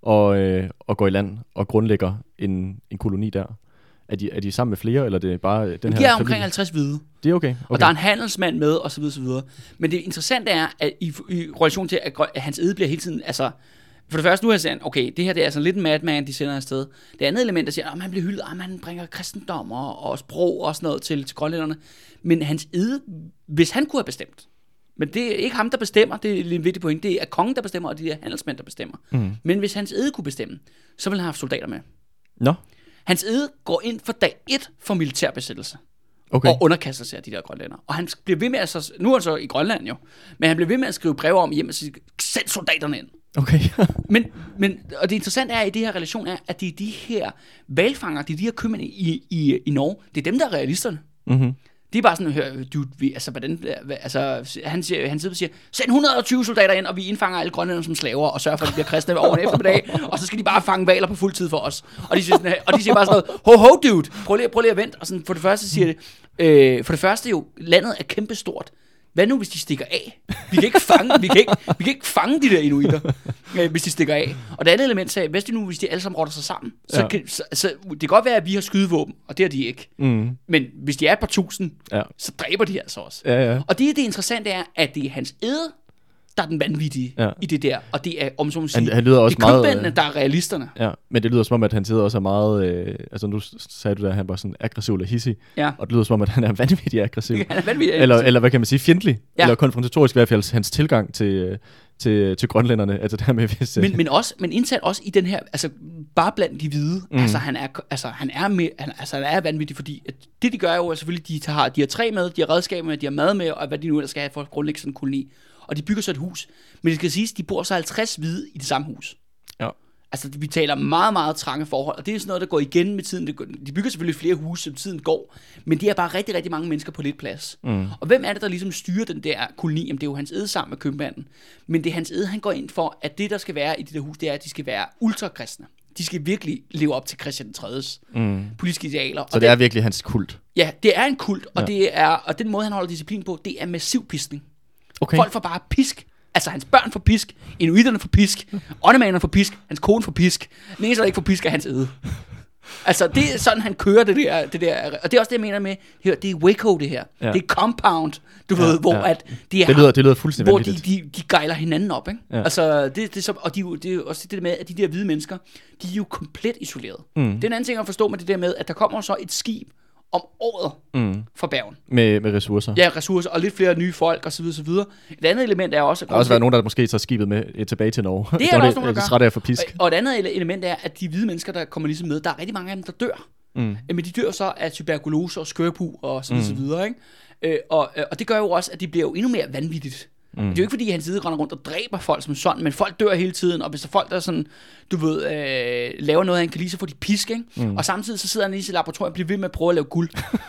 og, øh, og går i land og grundlægger en, en koloni der. Er de, er de sammen med flere, eller er det bare den de her er omkring familie? halvtreds hvide. Det er okay. okay. Og der er en handelsmand med, og så videre, så videre. Men det interessante er, at i, i relation til, at Hans Egede bliver hele tiden, altså, for det første nu er jeg sagt, okay, det her det er altså lidt en madman, de sender afsted. Det andet element, der siger, at han bliver hyldet, at han bringer kristendom og, og sprog og sådan noget til, til grønlænderne. Men Hans Egede, hvis han kunne have bestemt, men det er ikke ham, der bestemmer, det er en vigtig point, det er kongen, der bestemmer, og det er handelsmænd, der bestemmer. Mm. Men hvis Hans Egede kunne bestemme, så ville han have soldater med. Nå. Hans Egede går ind for dag et for militærbesættelse. Okay. Og underkaster sig af de der grønlænder. Og han bliver ved med at, så, nu er han så i Grønland jo, men han bliver ved med at skrive breve om hjem og sige, send soldaterne ind. Okay. men, men, og det interessante er i det her relation er, at det er de her valfanger, det er de her købmænd i, i, i Norge, det er dem, der er realisterne. Mhm. Det er bare sådan, hør, dude, vi, altså, hvordan, altså, han, siger, han sidder og siger, send et hundrede og tyve soldater ind, og vi indfanger alle grønlænderne som slaver, og sørger for, at de bliver kristne over en eftermiddag, og så skal de bare fange valer på fuld tid for os. Og de siger, sådan, og de siger bare sådan noget, ho ho dude, prøv lige, prøv lige at vente. Og sådan, for det første siger det, øh, for det første jo, landet er kæmpestort. Hvad nu, hvis de stikker af? Vi kan ikke fange, vi kan ikke, vi kan ikke fange de der inuitter, øh, hvis de stikker af. Og det andet element sagde, hvad nu, hvis de alle sammen rotter sig sammen? Så, Ja. kan, så, så det kan godt være, at vi har skydevåben, og det har de ikke. Mm. Men hvis de er et par tusind, Ja. så dræber de altså også. Ja, ja. Og det, det interessante er, at det er Hans Egede, der er den vanvittige Ja. i det der. Og det er, om så må sige, Han, han lyder også det er meget... købmændene, der er realisterne. Ja, men det lyder som om, at han sidder også er meget... Øh, altså nu sagde du der, at han var sådan aggressiv eller hissig. Ja. Og det lyder som om, at han er vanvittig aggressiv. Han er vanvittig. eller, eller hvad kan man sige, fjendtlig. Ja. Eller konfrontatorisk i hvert fald hans tilgang til, øh, til, til grønlænderne. Altså det her med, hvis... Øh, Men, men, også, men indsat også i den her, altså bare blandt de hvide, mm. altså han er, altså han er, med, han, altså, han er vanvittig, fordi at det de gør er jo er selvfølgelig, de har, de har træ med, de har redskaber med, de har mad med, og hvad de nu ellers skal have for at grundlægge sådan en koloni. Og de bygger så et hus. Men det skal siges, de bor så halvtreds hvide i det samme hus. Ja. Altså, vi taler meget, meget trange forhold, og det er sådan noget, der går igen med tiden. De bygger selvfølgelig flere huse, som tiden går, men det er bare rigtig, rigtig mange mennesker på lidt plads. Mm. Og hvem er det, der ligesom styrer den der koloni? Jamen, det er jo Hans Egede sammen med købmanden. Men det er Hans Egede, han går ind for, at det, der skal være i det der hus, det er, at de skal være ultrakristne. De skal virkelig leve op til Christian den tredjes mm. politiske idealer. Så og det er virkelig hans kult? Ja, det er en kult, og, ja. det er, og den måde, han holder disciplin på, det er massiv piskning. Okay. Folk får bare pisk. Altså, hans børn får pisk, inuitterne får pisk, åndemanerne får pisk, hans kone får pisk. Den eneste, der ikke får pisk, er Hans Egede. Altså, det er sådan, han kører det der, det der. Og det er også det, jeg mener med, det er Waco, det her. Ja. Det er compound, du ja, ved, hvor ja. at det er det lyder, det lyder fuldstændig hvor de, de, de gejler hinanden op, ikke? Ja. Altså, det, det er så, og de, det er også det med, at de der hvide mennesker, de er jo komplet isoleret. Mm. Det er en anden ting at forstå med det der med, at der kommer så et skib om året mm. fra Bergen. Med, med ressourcer. Ja, ressourcer, og lidt flere nye folk, osv. osv. Et andet element er også... Der har også været nogen, der måske tager skibet med tilbage til Norge. Det er der også nogen, der gør. Træt af for pisk. Og, og et andet element er, at de hvide mennesker, der kommer ligesom med, der er rigtig mange af dem, der dør. Mm. Men de dør så af tuberkulose og skørpu og så, mm. så videre, ikke? Øh, og, og det gør jo også, at de bliver jo endnu mere vanvittigt. Mm. Det er jo ikke fordi, Hans Egede render rundt og dræber folk som sådan, men folk dør hele tiden, og hvis der er folk, der sådan, du ved, øh, laver noget, han kan lide, så får de pisk, ikke? Mm. Og samtidig så sidder han i sit laboratorium og bliver ved med at prøve at lave guld.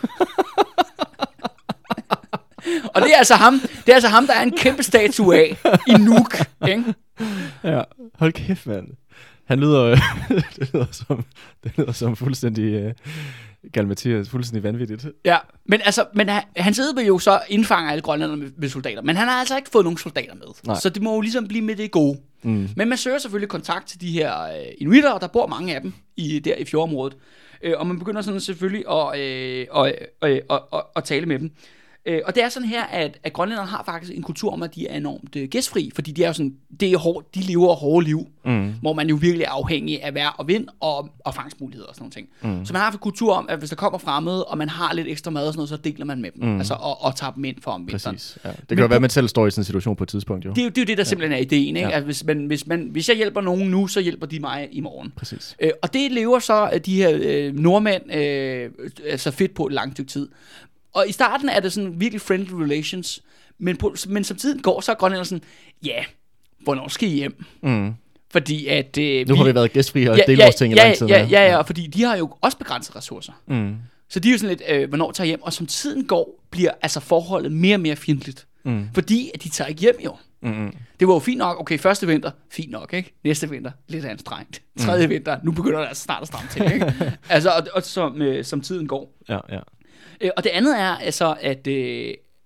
Og det er altså ham, det er altså ham, der er en kæmpe statue af i Nuuk, ikke? Ja, hold kæft, mand. Han lyder, det lyder som, det lyder som fuldstændig uh, Gal-Mathias, fuldstændig vanvittigt. Ja, men altså, men Hans Egede vil jo så indfange alle grønlænderne med, med soldater, men han har altså ikke fået nogen soldater med. Nej. Så det må jo ligesom blive med det gode. Mm. Men man søger selvfølgelig kontakt til de her uh, inuitter, og der bor mange af dem i, der i fjordområdet. Uh, og man begynder sådan selvfølgelig at, uh, og, uh, uh, uh, uh, at tale med dem. Uh, og det er sådan her, at, at grønlænderne har faktisk en kultur om, at de er enormt uh, gæstfri, fordi de er jo sådan, det er hård, de lever hårde liv, mm. hvor man jo virkelig er afhængig af vejr og vind og, og fangstmuligheder og sådan nogle ting. Mm. Så man har en kultur om, at hvis der kommer fremmede, og man har lidt ekstra mad og sådan noget, så deler man med dem, mm. altså, og, og tager dem ind for om vinteren. Præcis, ja. Det kan jo være, at man selv står i sådan en situation på et tidspunkt, jo. Det er jo det, er jo det der ja. simpelthen er ideen, ikke? Ja. Altså, hvis, man, hvis, man, hvis jeg hjælper nogen nu, så hjælper de mig i morgen. Præcis. Øh, og det lever så de her øh, nordmænd øh, så fedt på et langt stykke tid. Og i starten er det sådan virkelig friendly relations, men, på, men som tiden går, så er grønlænderne sådan, ja, hvornår skal I hjem? Mm. Fordi at... Øh, nu vi, har vi været gæstfri og ja, delt ja, vores ting ja, i lang tid. Ja, ja, ja, og fordi de har jo også begrænsede ressourcer. Mm. Så de er jo sådan lidt, øh, hvornår tager hjem? Og som tiden går, bliver altså forholdet mere og mere fjendtligt. Mm. Fordi at de tager ikke hjem jo. Mm-hmm. Det var jo fint nok, okay, første vinter, fint nok, ikke? Næste vinter, lidt anstrengt. Tredje mm. vinter, nu begynder det altså snart at stramme til, ikke? Altså, og, og som, øh, som tiden går. Ja, ja. Øh, og det andet er altså, at, øh,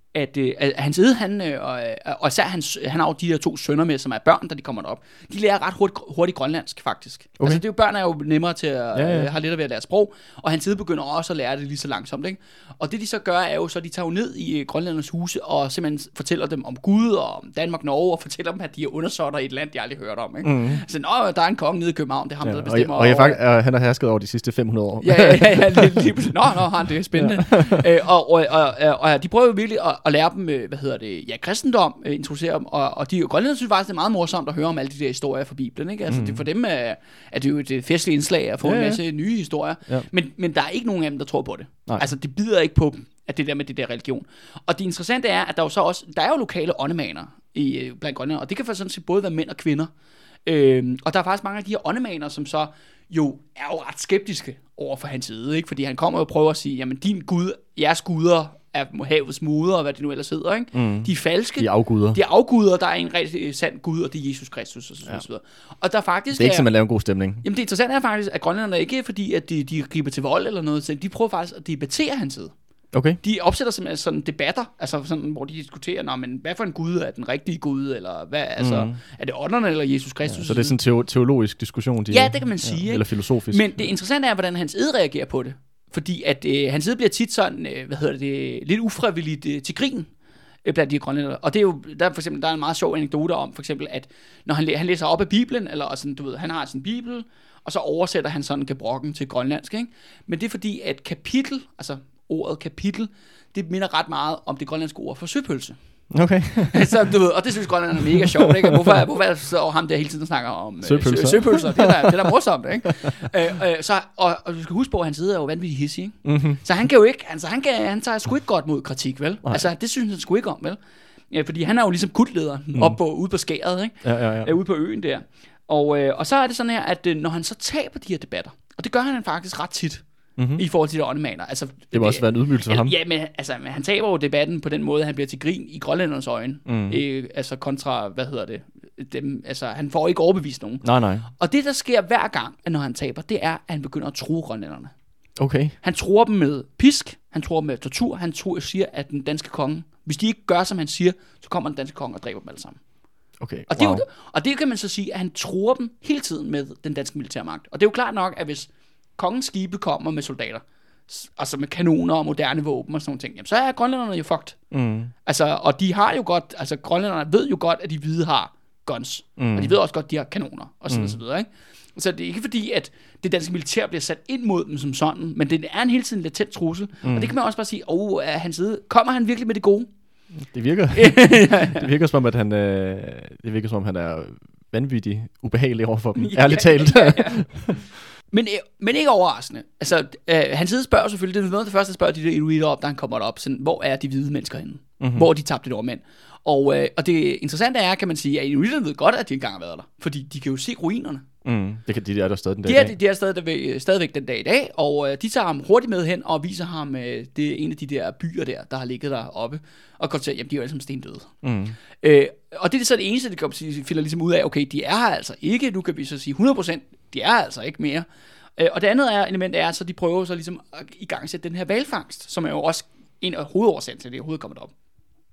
at, øh, at hans ede, han, øh, og, og især hans, han har jo de her to sønner med, som er børn, da de kommer derop. De lærer ret hurtigt, hurtigt grønlandsk, faktisk. Okay. Altså, det er jo, børn er jo nemmere til at ja, ja. Øh, have lidt at være at lære sprog, og hans ede begynder også at lære det lige så langsomt, ikke? Og det de så gør, er jo så, at de tager jo ned i grønlændernes huse, og simpelthen fortæller dem om Gud, og om Danmark, Norge, og fortæller dem, at de er undersåtter i et land, de aldrig hørt om, ikke? Mm. Altså, nå, der er en konge nede i København, det er ham, ja, der bestemmer. Og, og, og faktisk, øh, han har hersket over de sidste fem hundrede år. ja, ja, ja, ja lige, lige pludselig. Nå, nå, han, det er spændende. øh, og, og, og, og, og de prøver jo virkelig at, at lære dem, hvad hedder det, ja, kristendom, øh, introducere dem, og, og de grønlændere synes faktisk, det er meget morsomt at høre om alle de der historier fra Bibelen, ikke? Altså, mm. det, for dem er, er det jo et festligt indslag at få ja, en masse ja. nye historier, ja. men, men der er ikke nogen af dem, der tror på det. Nej. Altså, det bider ikke på dem, at det der med det der religion. Og det interessante er, at der jo så også, der er jo lokale åndemaner i, blandt grønlændere, og det kan for sådan set både være mænd og kvinder. Øhm, og der er faktisk mange af de her åndemaner, som så jo er jo ret skeptiske over for hans side, ikke? Fordi han kommer jo og prøver at sige, jamen din Gud, jeres guder er havets moder, og hvad det nu ellers hedder, ikke? Mm. De er falske. De er afguder. De er afguder, der er en rigtig sand Gud, og det er Jesus Kristus, og så, ja. så videre. Og der faktisk det er ikke, som at lave en god stemning. Jamen det interessante er faktisk, at grønlænderne ikke er fordi, at de, de griber til vold eller noget, så de prøver faktisk at debattere hans side. Okay. De opsætter simpelthen sådan debatter, altså sådan, hvor de diskuterer, nå, men hvad for en Gud er den rigtige Gud, eller hvad, altså, mm. er det ånderne eller Jesus Kristus? Ja, så det er sådan en teologisk diskussion, de, ja, det kan man sige, ja, eller filosofisk. Men det interessante er, hvordan hans ed reagerer på det, fordi at øh, hans ed bliver tit sådan, øh, hvad hedder det, lidt ufrivilligt øh, til grin øh, blandt de grønlændere. Og det er jo, der er for eksempel, der er en meget sjov anekdote om, for eksempel, at når han, læ- han læser op af Bibelen, eller sådan, du ved, han har sin Bibel, og så oversætter han sådan gebrokken til grønlandsk, ikke? Men det er fordi, at kapitel, altså ordet kapitel, det minder ret meget om det grønlandske ord for søpølse. Okay. så, du ved, og det synes grønlanderne er mega sjovt, ikke? Hvorfor, hvorfor er det så ham der hele tiden snakker om søpølser? Øh, søpølser? Det er da, det er da morsomt, ikke? øh, øh, så, og, og du skal huske på, at hans side er jo vanvittigt hissig, ikke? Mm-hmm. Så han kan jo ikke, altså han, kan, han tager sgu ikke godt mod kritik, vel? Nej. Altså det synes han sgu ikke om, vel? Ja, fordi han er jo ligesom kultleder mm. op på, ude på skæret, ikke? Ja, ja, ja. Øh, ude på øen der. Og, øh, og så er det sådan her, at øh, når han så taber de her debatter, og det gør han faktisk ret tit, mm-hmm. i forhold til de åndemaner. Altså, det må det, også være en ydmygelse for ham. Ja, men, altså, men han taber jo debatten på den måde, han bliver til grin i grønlændernes øjne. Mm. Øh, altså kontra, hvad hedder det? Dem, altså, han får ikke overbevist nogen. Nej, nej. Og det, der sker hver gang, når han taber, det er, at han begynder at true grønlænderne. Okay. Han truer dem med pisk, han truer dem med tortur, han truer, siger, at den danske konge, hvis de ikke gør, som han siger, så kommer den danske konge og dræber dem alle sammen. Okay, og, det wow. jo, og det kan man så sige, at han truer dem hele tiden med den danske militærmagt. Og det er jo klart nok, at hvis kongens skibe kommer med soldater, altså med kanoner og moderne våben og sådan nogle ting, jamen, så er grønlænderne jo fucked. Mm. Altså, og de har jo godt, altså grønlænderne ved jo godt, at de hvide har guns, mm. og de ved også godt, at de har kanoner, og sådan mm. og så videre, ikke? Så det er ikke fordi, at det danske militær bliver sat ind mod dem som sådan, men det er en hele tiden latent trussel, mm. og det kan man også bare sige, åh, oh, er hans side, kommer han virkelig med det gode? Det virker, det virker som om, at han, øh, det virker som om, han er vanvittigt ubehagelig overfor dem, ja, ærligt talt. Ja, ja. Men, men ikke overraskende. Altså, øh, hans side spørger selvfølgelig, det er noget af det første, der spørger de der inuiter op, da han kommer derop, sådan, hvor er de hvide mennesker henne? Mm-hmm. Hvor er de tabte nordmænd? Og, øh, og det interessante er, kan man sige, at inuiterne ved godt, at de engang har været der, fordi de kan jo se ruinerne. Mm, det kan de er der stadig den dag de er, i dag. De er stadig, stadigvæk den dag i dag, og øh, de tager ham hurtigt med hen og viser ham, øh, det er en af de der byer der, der har ligget deroppe, og konstaterer, jamen de er jo alle sammen stendøde. Mm. Øh, og det er så det eneste, de finder ligesom ud af, okay, de er her altså ikke, nu kan vi så sige hundrede procent, de er altså ikke mere. Øh, og det andet er, element er, så de prøver så ligesom at igangsætte den her hvalfangst, som er jo også en af hovedårsagen til, at det overhovedet kommer op.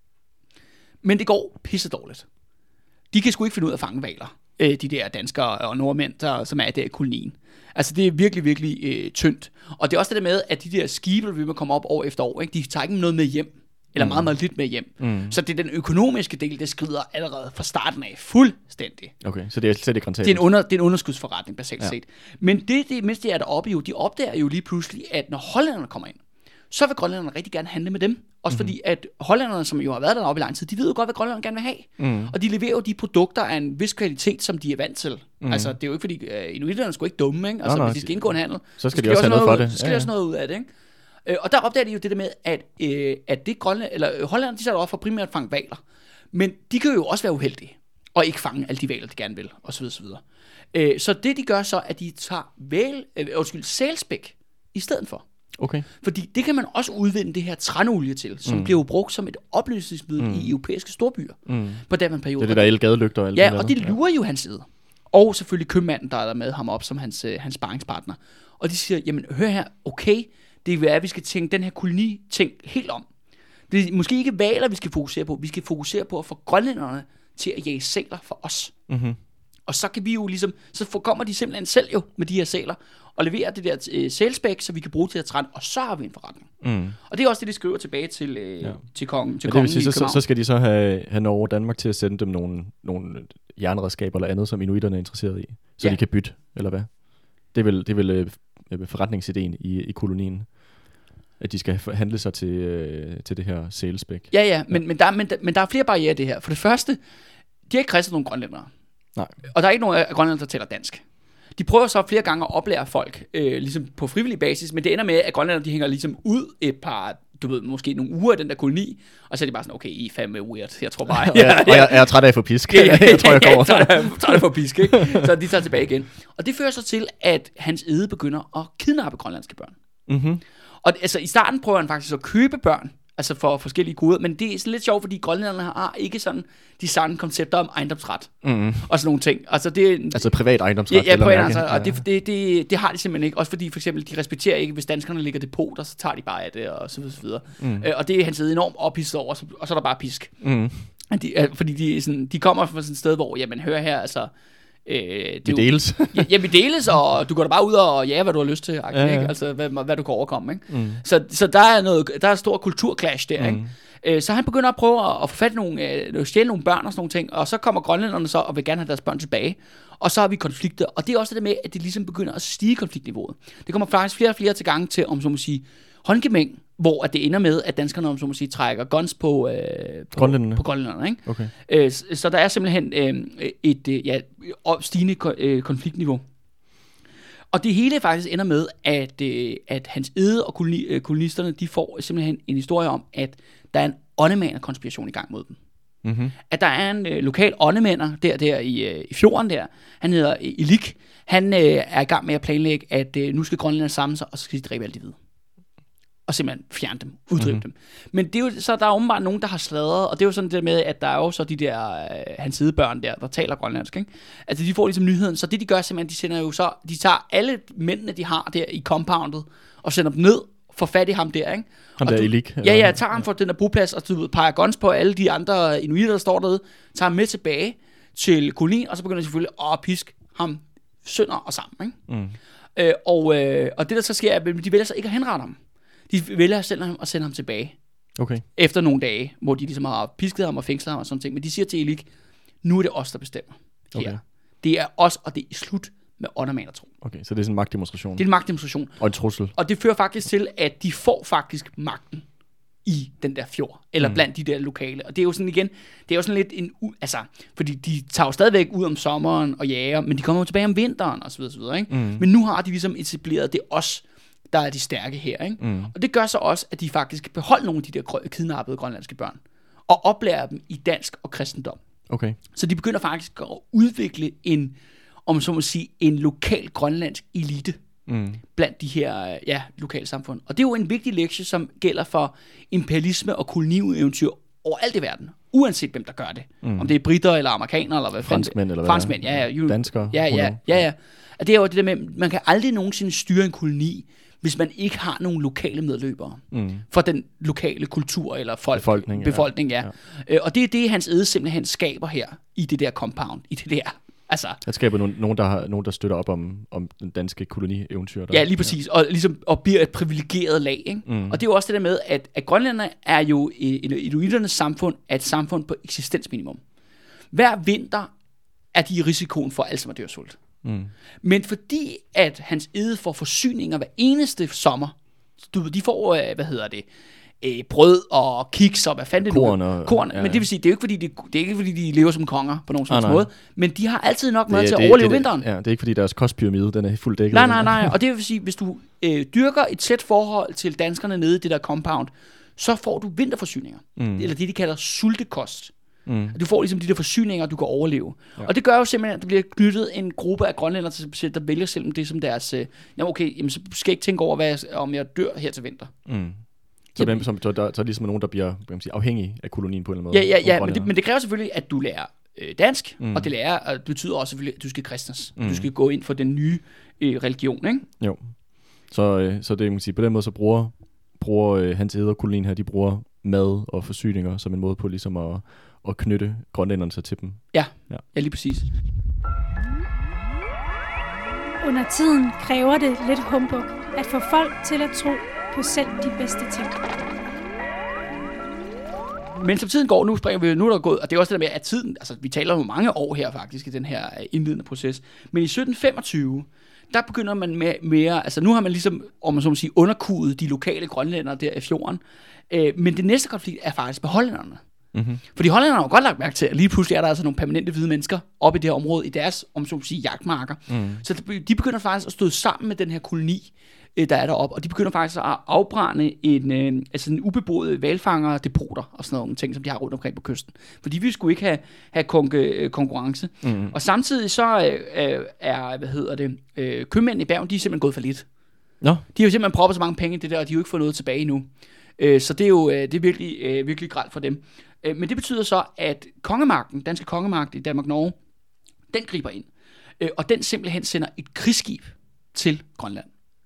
Men det går pisse dårligt. De kan sgu ikke finde ud af at fange hvaler, øh, de der danskere og nordmænd, der, som er der i kolonien. Altså det er virkelig, virkelig øh, tyndt. Og det er også det der med, at de der skibe, vi må komme op år efter år, ikke? De tager ikke noget med hjem, eller mm. meget, meget lidt med hjem. Mm. Så det er den økonomiske del, der skrider allerede fra starten af fuldstændig. Okay, så det er slet ikke rentabelt. Det er en, under, det er en underskudsforretning, basalt ja. set. Men det, det, mens de er deroppe jo, de opdager jo lige pludselig, at når hollænderne kommer ind, så vil grønlænderne rigtig gerne handle med dem. Også mm-hmm. fordi, at hollænderne, som jo har været deroppe i lang tid, de ved jo godt, hvad grønlænderne gerne vil have. Mm. Og de leverer jo de produkter af en vis kvalitet, som de er vant til. Mm. Altså, det er jo ikke fordi, uh, inuiterne er sgu ikke dumme, ikke? Altså, nå, nå, hvis de skal indgå en handel, så skal de, de også have noget, noget for det. Så skal ja, ja. de også noget ud af det, ikke? Uh, og der opdager de jo det der med, at, uh, at det grønland, eller hollænderne, de sætter op for primært at fange hvaler. Men de kan jo også være uheldige, og ikke fange alle de hvaler, de gerne vil, osv. osv. Uh, så det, de gør så, at de tager væl, uh, undskyld, sælspæk i stedet for. Okay. Fordi det kan man også udvinde det her tranolie til, som mm. bliver brugt som et opløsningsmiddel mm. i europæiske storbyer mm. på den periode. Det er det der elgadelygter og alt ja, det og det lurer jo hans side. Og selvfølgelig købmanden, der er der med ham op som hans, hans sparringspartner. Og de siger, jamen hør her, okay, det er at vi skal tænke den her koloni-ting helt om. Det er måske ikke valer, vi skal fokusere på. Vi skal fokusere på at få grønlænderne til at jage sæler for os. Mm-hmm. Og så kan vi jo ligesom, så kommer de simpelthen selv jo med de her sæler, og leverer det der øh, sælspæk, så vi kan bruge til at træne, og så har vi en forretning. Mm. Og det er også det, de skriver tilbage til, øh, ja. til kongen, til Men kongen det vil sige, i så, så skal de så have, have Norge og Danmark til at sende dem nogle, nogle jernredskaber eller andet, som inuiterne er interesseret i, så ja. de kan bytte, eller hvad? Det er vel, det er vel øh, forretningsideen i, i kolonien, at de skal handle sig til, øh, til det her sælspæk. Ja, ja, men, ja. Men, der, men, der, men der er flere barrierer i det her. For det første, de har ikke kristnet nogen grønlændere. Nej. Og der er ikke nogen af grønlændere, der taler dansk. De prøver så flere gange at oplære folk, øh, ligesom på frivillig basis, men det ender med, at grønlænderne de hænger ligesom ud et par, du ved, måske nogle uger i den der koloni, og så er de bare sådan, okay, I er fandme weird, jeg tror bare... ja, ja, og jeg, jeg er træt af at få pisk. Ja, ja, jeg tror, jeg kommer. Jeg er træt af at få pisk, ikke? Så de tager tilbage igen. Og det fører så til, at Hans Egede begynder at kidnappe grønlandske børn. Mm-hmm. Og altså, i starten prøver han faktisk at købe børn, altså for forskellige goder, men det er sådan lidt sjovt, fordi grønlænderne har ikke sådan de samme koncepter om ejendomsret mm. og sådan nogle ting. Altså, det, altså privat ejendomsret? Ja, ja privat ejendomsret, og det, det, det, det har de simpelthen ikke. Også fordi for eksempel, de respekterer ikke, hvis danskerne ligger depoter, så tager de bare af det, og så videre. Så videre. Mm. Øh, og det er han siddet enormt ophidset over, og så er der bare pisk. Mm. De, fordi de, sådan, de kommer fra sådan et sted, hvor, jamen hør her, altså... Øh, det vi deles. ja, ja, vi deles, og du går da bare ud og ja, hvad du har lyst til, ja, ja. Ikke? Altså, hvad, hvad du kan overkomme. Ikke? Mm. Så, så der er noget, der er en stor kulturclash der. Mm. Ikke? Øh, så han begynder at prøve at, at få fat i nogle, øh, stjæle nogle børn og sådan nogle ting, og så kommer grønlænderne så og vil gerne have deres børn tilbage. Og så har vi konflikter, og det er også det med, at det ligesom begynder at stige konfliktniveauet. Det kommer faktisk flere og flere til gange til, om så må sige, håndgemæng, hvor at det ender med, at danskerne, om så må sige, trækker guns på, øh, på grønlænderne. På grønlænderne, ikke? Okay. Øh, så, så der er simpelthen øh, et øh, ja, stigende øh, konfliktniveau. Og det hele faktisk ender med, at, øh, at Hans Egede og koloni, øh, kolonisterne, de får simpelthen en historie om, at der er en åndemaner-konspiration i gang mod dem. Mm-hmm. At der er en øh, lokal åndemander der, der i, øh, i fjorden der, han hedder Ilik, han øh, er i gang med at planlægge, at øh, nu skal grønlænderne samle sig, og så skal de dræbe alle de hvide. Og simpelthen fjerne dem, uddrive mm-hmm. dem. Men det er jo, så der er åbenbart nogen, der har sladret, og det er jo sådan det med, at der er jo så de der, øh, hans sidebørn der, der taler grønlandsk, ikke? Altså de får ligesom nyheden, så det de gør simpelthen, de sender jo så, de tager alle mændene, de har der i compoundet, og sender dem ned, får fat i ham der, ikke? Ham der Ilik? Ja, ja, tager ham for den der boplads, og du peger guns på alle de andre inuiter, der står derude, tager ham med tilbage til kolonien, og så begynder de selvfølgelig at piske ham sønder og sammen, ikke? Mm. Øh, og, øh, og det der så sker, er, at de vælger så ikke at henrette ham. De vælger selv at sende ham tilbage. Okay. Efter nogle dage, hvor de ligesom har pisket ham og fængslet ham og sådan ting. Men de siger til Ilik, nu er det os, der bestemmer. Okay. Her. Det er os, og det er slut med åndemanertro. Okay, så det er sådan en magtdemonstration. Det er en magtdemonstration. Og en trussel. Og det fører faktisk til, at de får faktisk magten i den der fjord, eller mm. blandt de der lokale. Og det er jo sådan igen, det er jo sådan lidt en, altså, fordi de tager jo stadigvæk ud om sommeren og jager, men de kommer jo tilbage om vinteren og så videre, så videre, ikke? Mm. Men nu har de ligesom etableret, det os, der er de stærke her, ikke? Mm. Og det gør så også, at de faktisk kan beholde nogle af de der kidnappede grønlandske børn, og oplære dem i dansk og kristendom. Okay. Så de begynder faktisk at udvikle en, om så må sige, en lokal grønlandsk elite mm. blandt de her ja, lokale samfund. Og det er jo en vigtig lektie, som gælder for imperialisme og kolonieventyr overalt i verden, uanset hvem der gør det. Mm. Om det er britter eller amerikanere eller hvad franskmænd eller hvad? Franskmænd, ja, ja. You, danskere. Ja, ja, ja, ja. Og det er jo det der med, man kan aldrig nogensinde styre en koloni, hvis man ikke har nogle lokale medløbere mm. for den lokale kultur eller folk, befolkning, befolkning ja. ja. Øh, og det er det, Hans Egede simpelthen skaber her i det der compound, i det der. Altså, det skaber nogen, nogen, der har, nogen, der støtter op om, om den danske koloni-eventyr. Der, ja, lige præcis. Ja. Og, ligesom, og bliver et privilegeret lag. Ikke? Mm. Og det er jo også det der med, at, at grønlænderne er jo i inuiternes samfund, er et samfund på eksistensminimum. Hver vinter er de i risikoen for alt som at dø af sult. Mm. Men fordi at Hans Egede får forsyninger hver eneste sommer, du, de får, hvad hedder det, øh, brød og kiks og hvad fanden det nu er. Korn. Ja, ja. Men det vil sige, det er jo ikke fordi de, det er ikke fordi de lever som konger på nogen sådan ah, måde, men de har altid nok mad det, til at det, overleve det, vinteren. Ja, det er ikke fordi deres kostpyramide den er fuldt dækket. Nej, nej, nej. Og det vil sige, hvis du øh, dyrker et tæt forhold til danskerne nede i det der compound, så får du vinterforsyninger, mm. eller det de kalder sultekost. Mm. Du får ligesom de der forsyninger, du kan overleve. Ja. Og det gør jo simpelthen, at der bliver knyttet en gruppe af grønlændere, til, der vælger selv det som deres... Øh, jamen okay, jamen, så skal jeg ikke tænke over, hvad jeg, om jeg dør her til vinter. Mm. Så, dem, som, så, der, så er ligesom nogen, der bliver kan man sige, afhængige af kolonien på en eller anden måde. Ja, ja, ja men, det, men det kræver selvfølgelig, at du lærer øh, dansk, mm. og det lærer, og det betyder også selvfølgelig, at du skal kristnes. Mm. Du skal gå ind for den nye øh, religion, ikke? Jo. Så, øh, så det, man kan sige, på den måde, så bruger, bruger øh, Hans Egede og kolonien her, de bruger mad og forsyninger som en måde på ligesom at, at knytte grønlænderne sig til dem. Ja, ja. ja lige præcis. Under tiden kræver det lidt humbug at få folk til at tro på selv de bedste ting. Men som tiden går, nu springer vi, nu er der gået, og det er også det der med, at tiden, altså vi taler jo mange år her faktisk i den her indledende proces, men i sytten femogtyve, der begynder man med mere, altså nu har man ligesom, om man så må sige, underkudet de lokale grønlændere der i fjorden, øh, men det næste konflikt er faktisk med hollænderne. Mm-hmm. Fordi hollænderne har jo godt lagt mærke til, at lige pludselig er der altså nogle permanente hvide mennesker oppe i det her område, i deres, om så må sige, jagtmarker. Mm. Så de begynder faktisk at stå sammen med den her koloni, der er deroppe, og de begynder faktisk at afbrænde en, øh, altså en ubeboede hvalfangerdepoter og sådan nogle ting, som de har rundt omkring på kysten. Fordi vi skulle ikke have, have konge, konkurrence. Mm. Og samtidig så øh, er, hvad hedder det, øh, købmændene i Bergen, de er simpelthen gået for lidt. No. De har jo simpelthen proppet så mange penge i det der, og de har jo ikke fået noget tilbage endnu. Øh, så det er jo øh, det er virkelig, øh, virkelig grelt for dem. Øh, men det betyder så, at kongemagten, danske kongemagt i Danmark-Norge, den griber ind. Øh, og den simpelthen sender et krigsskib til Grønland.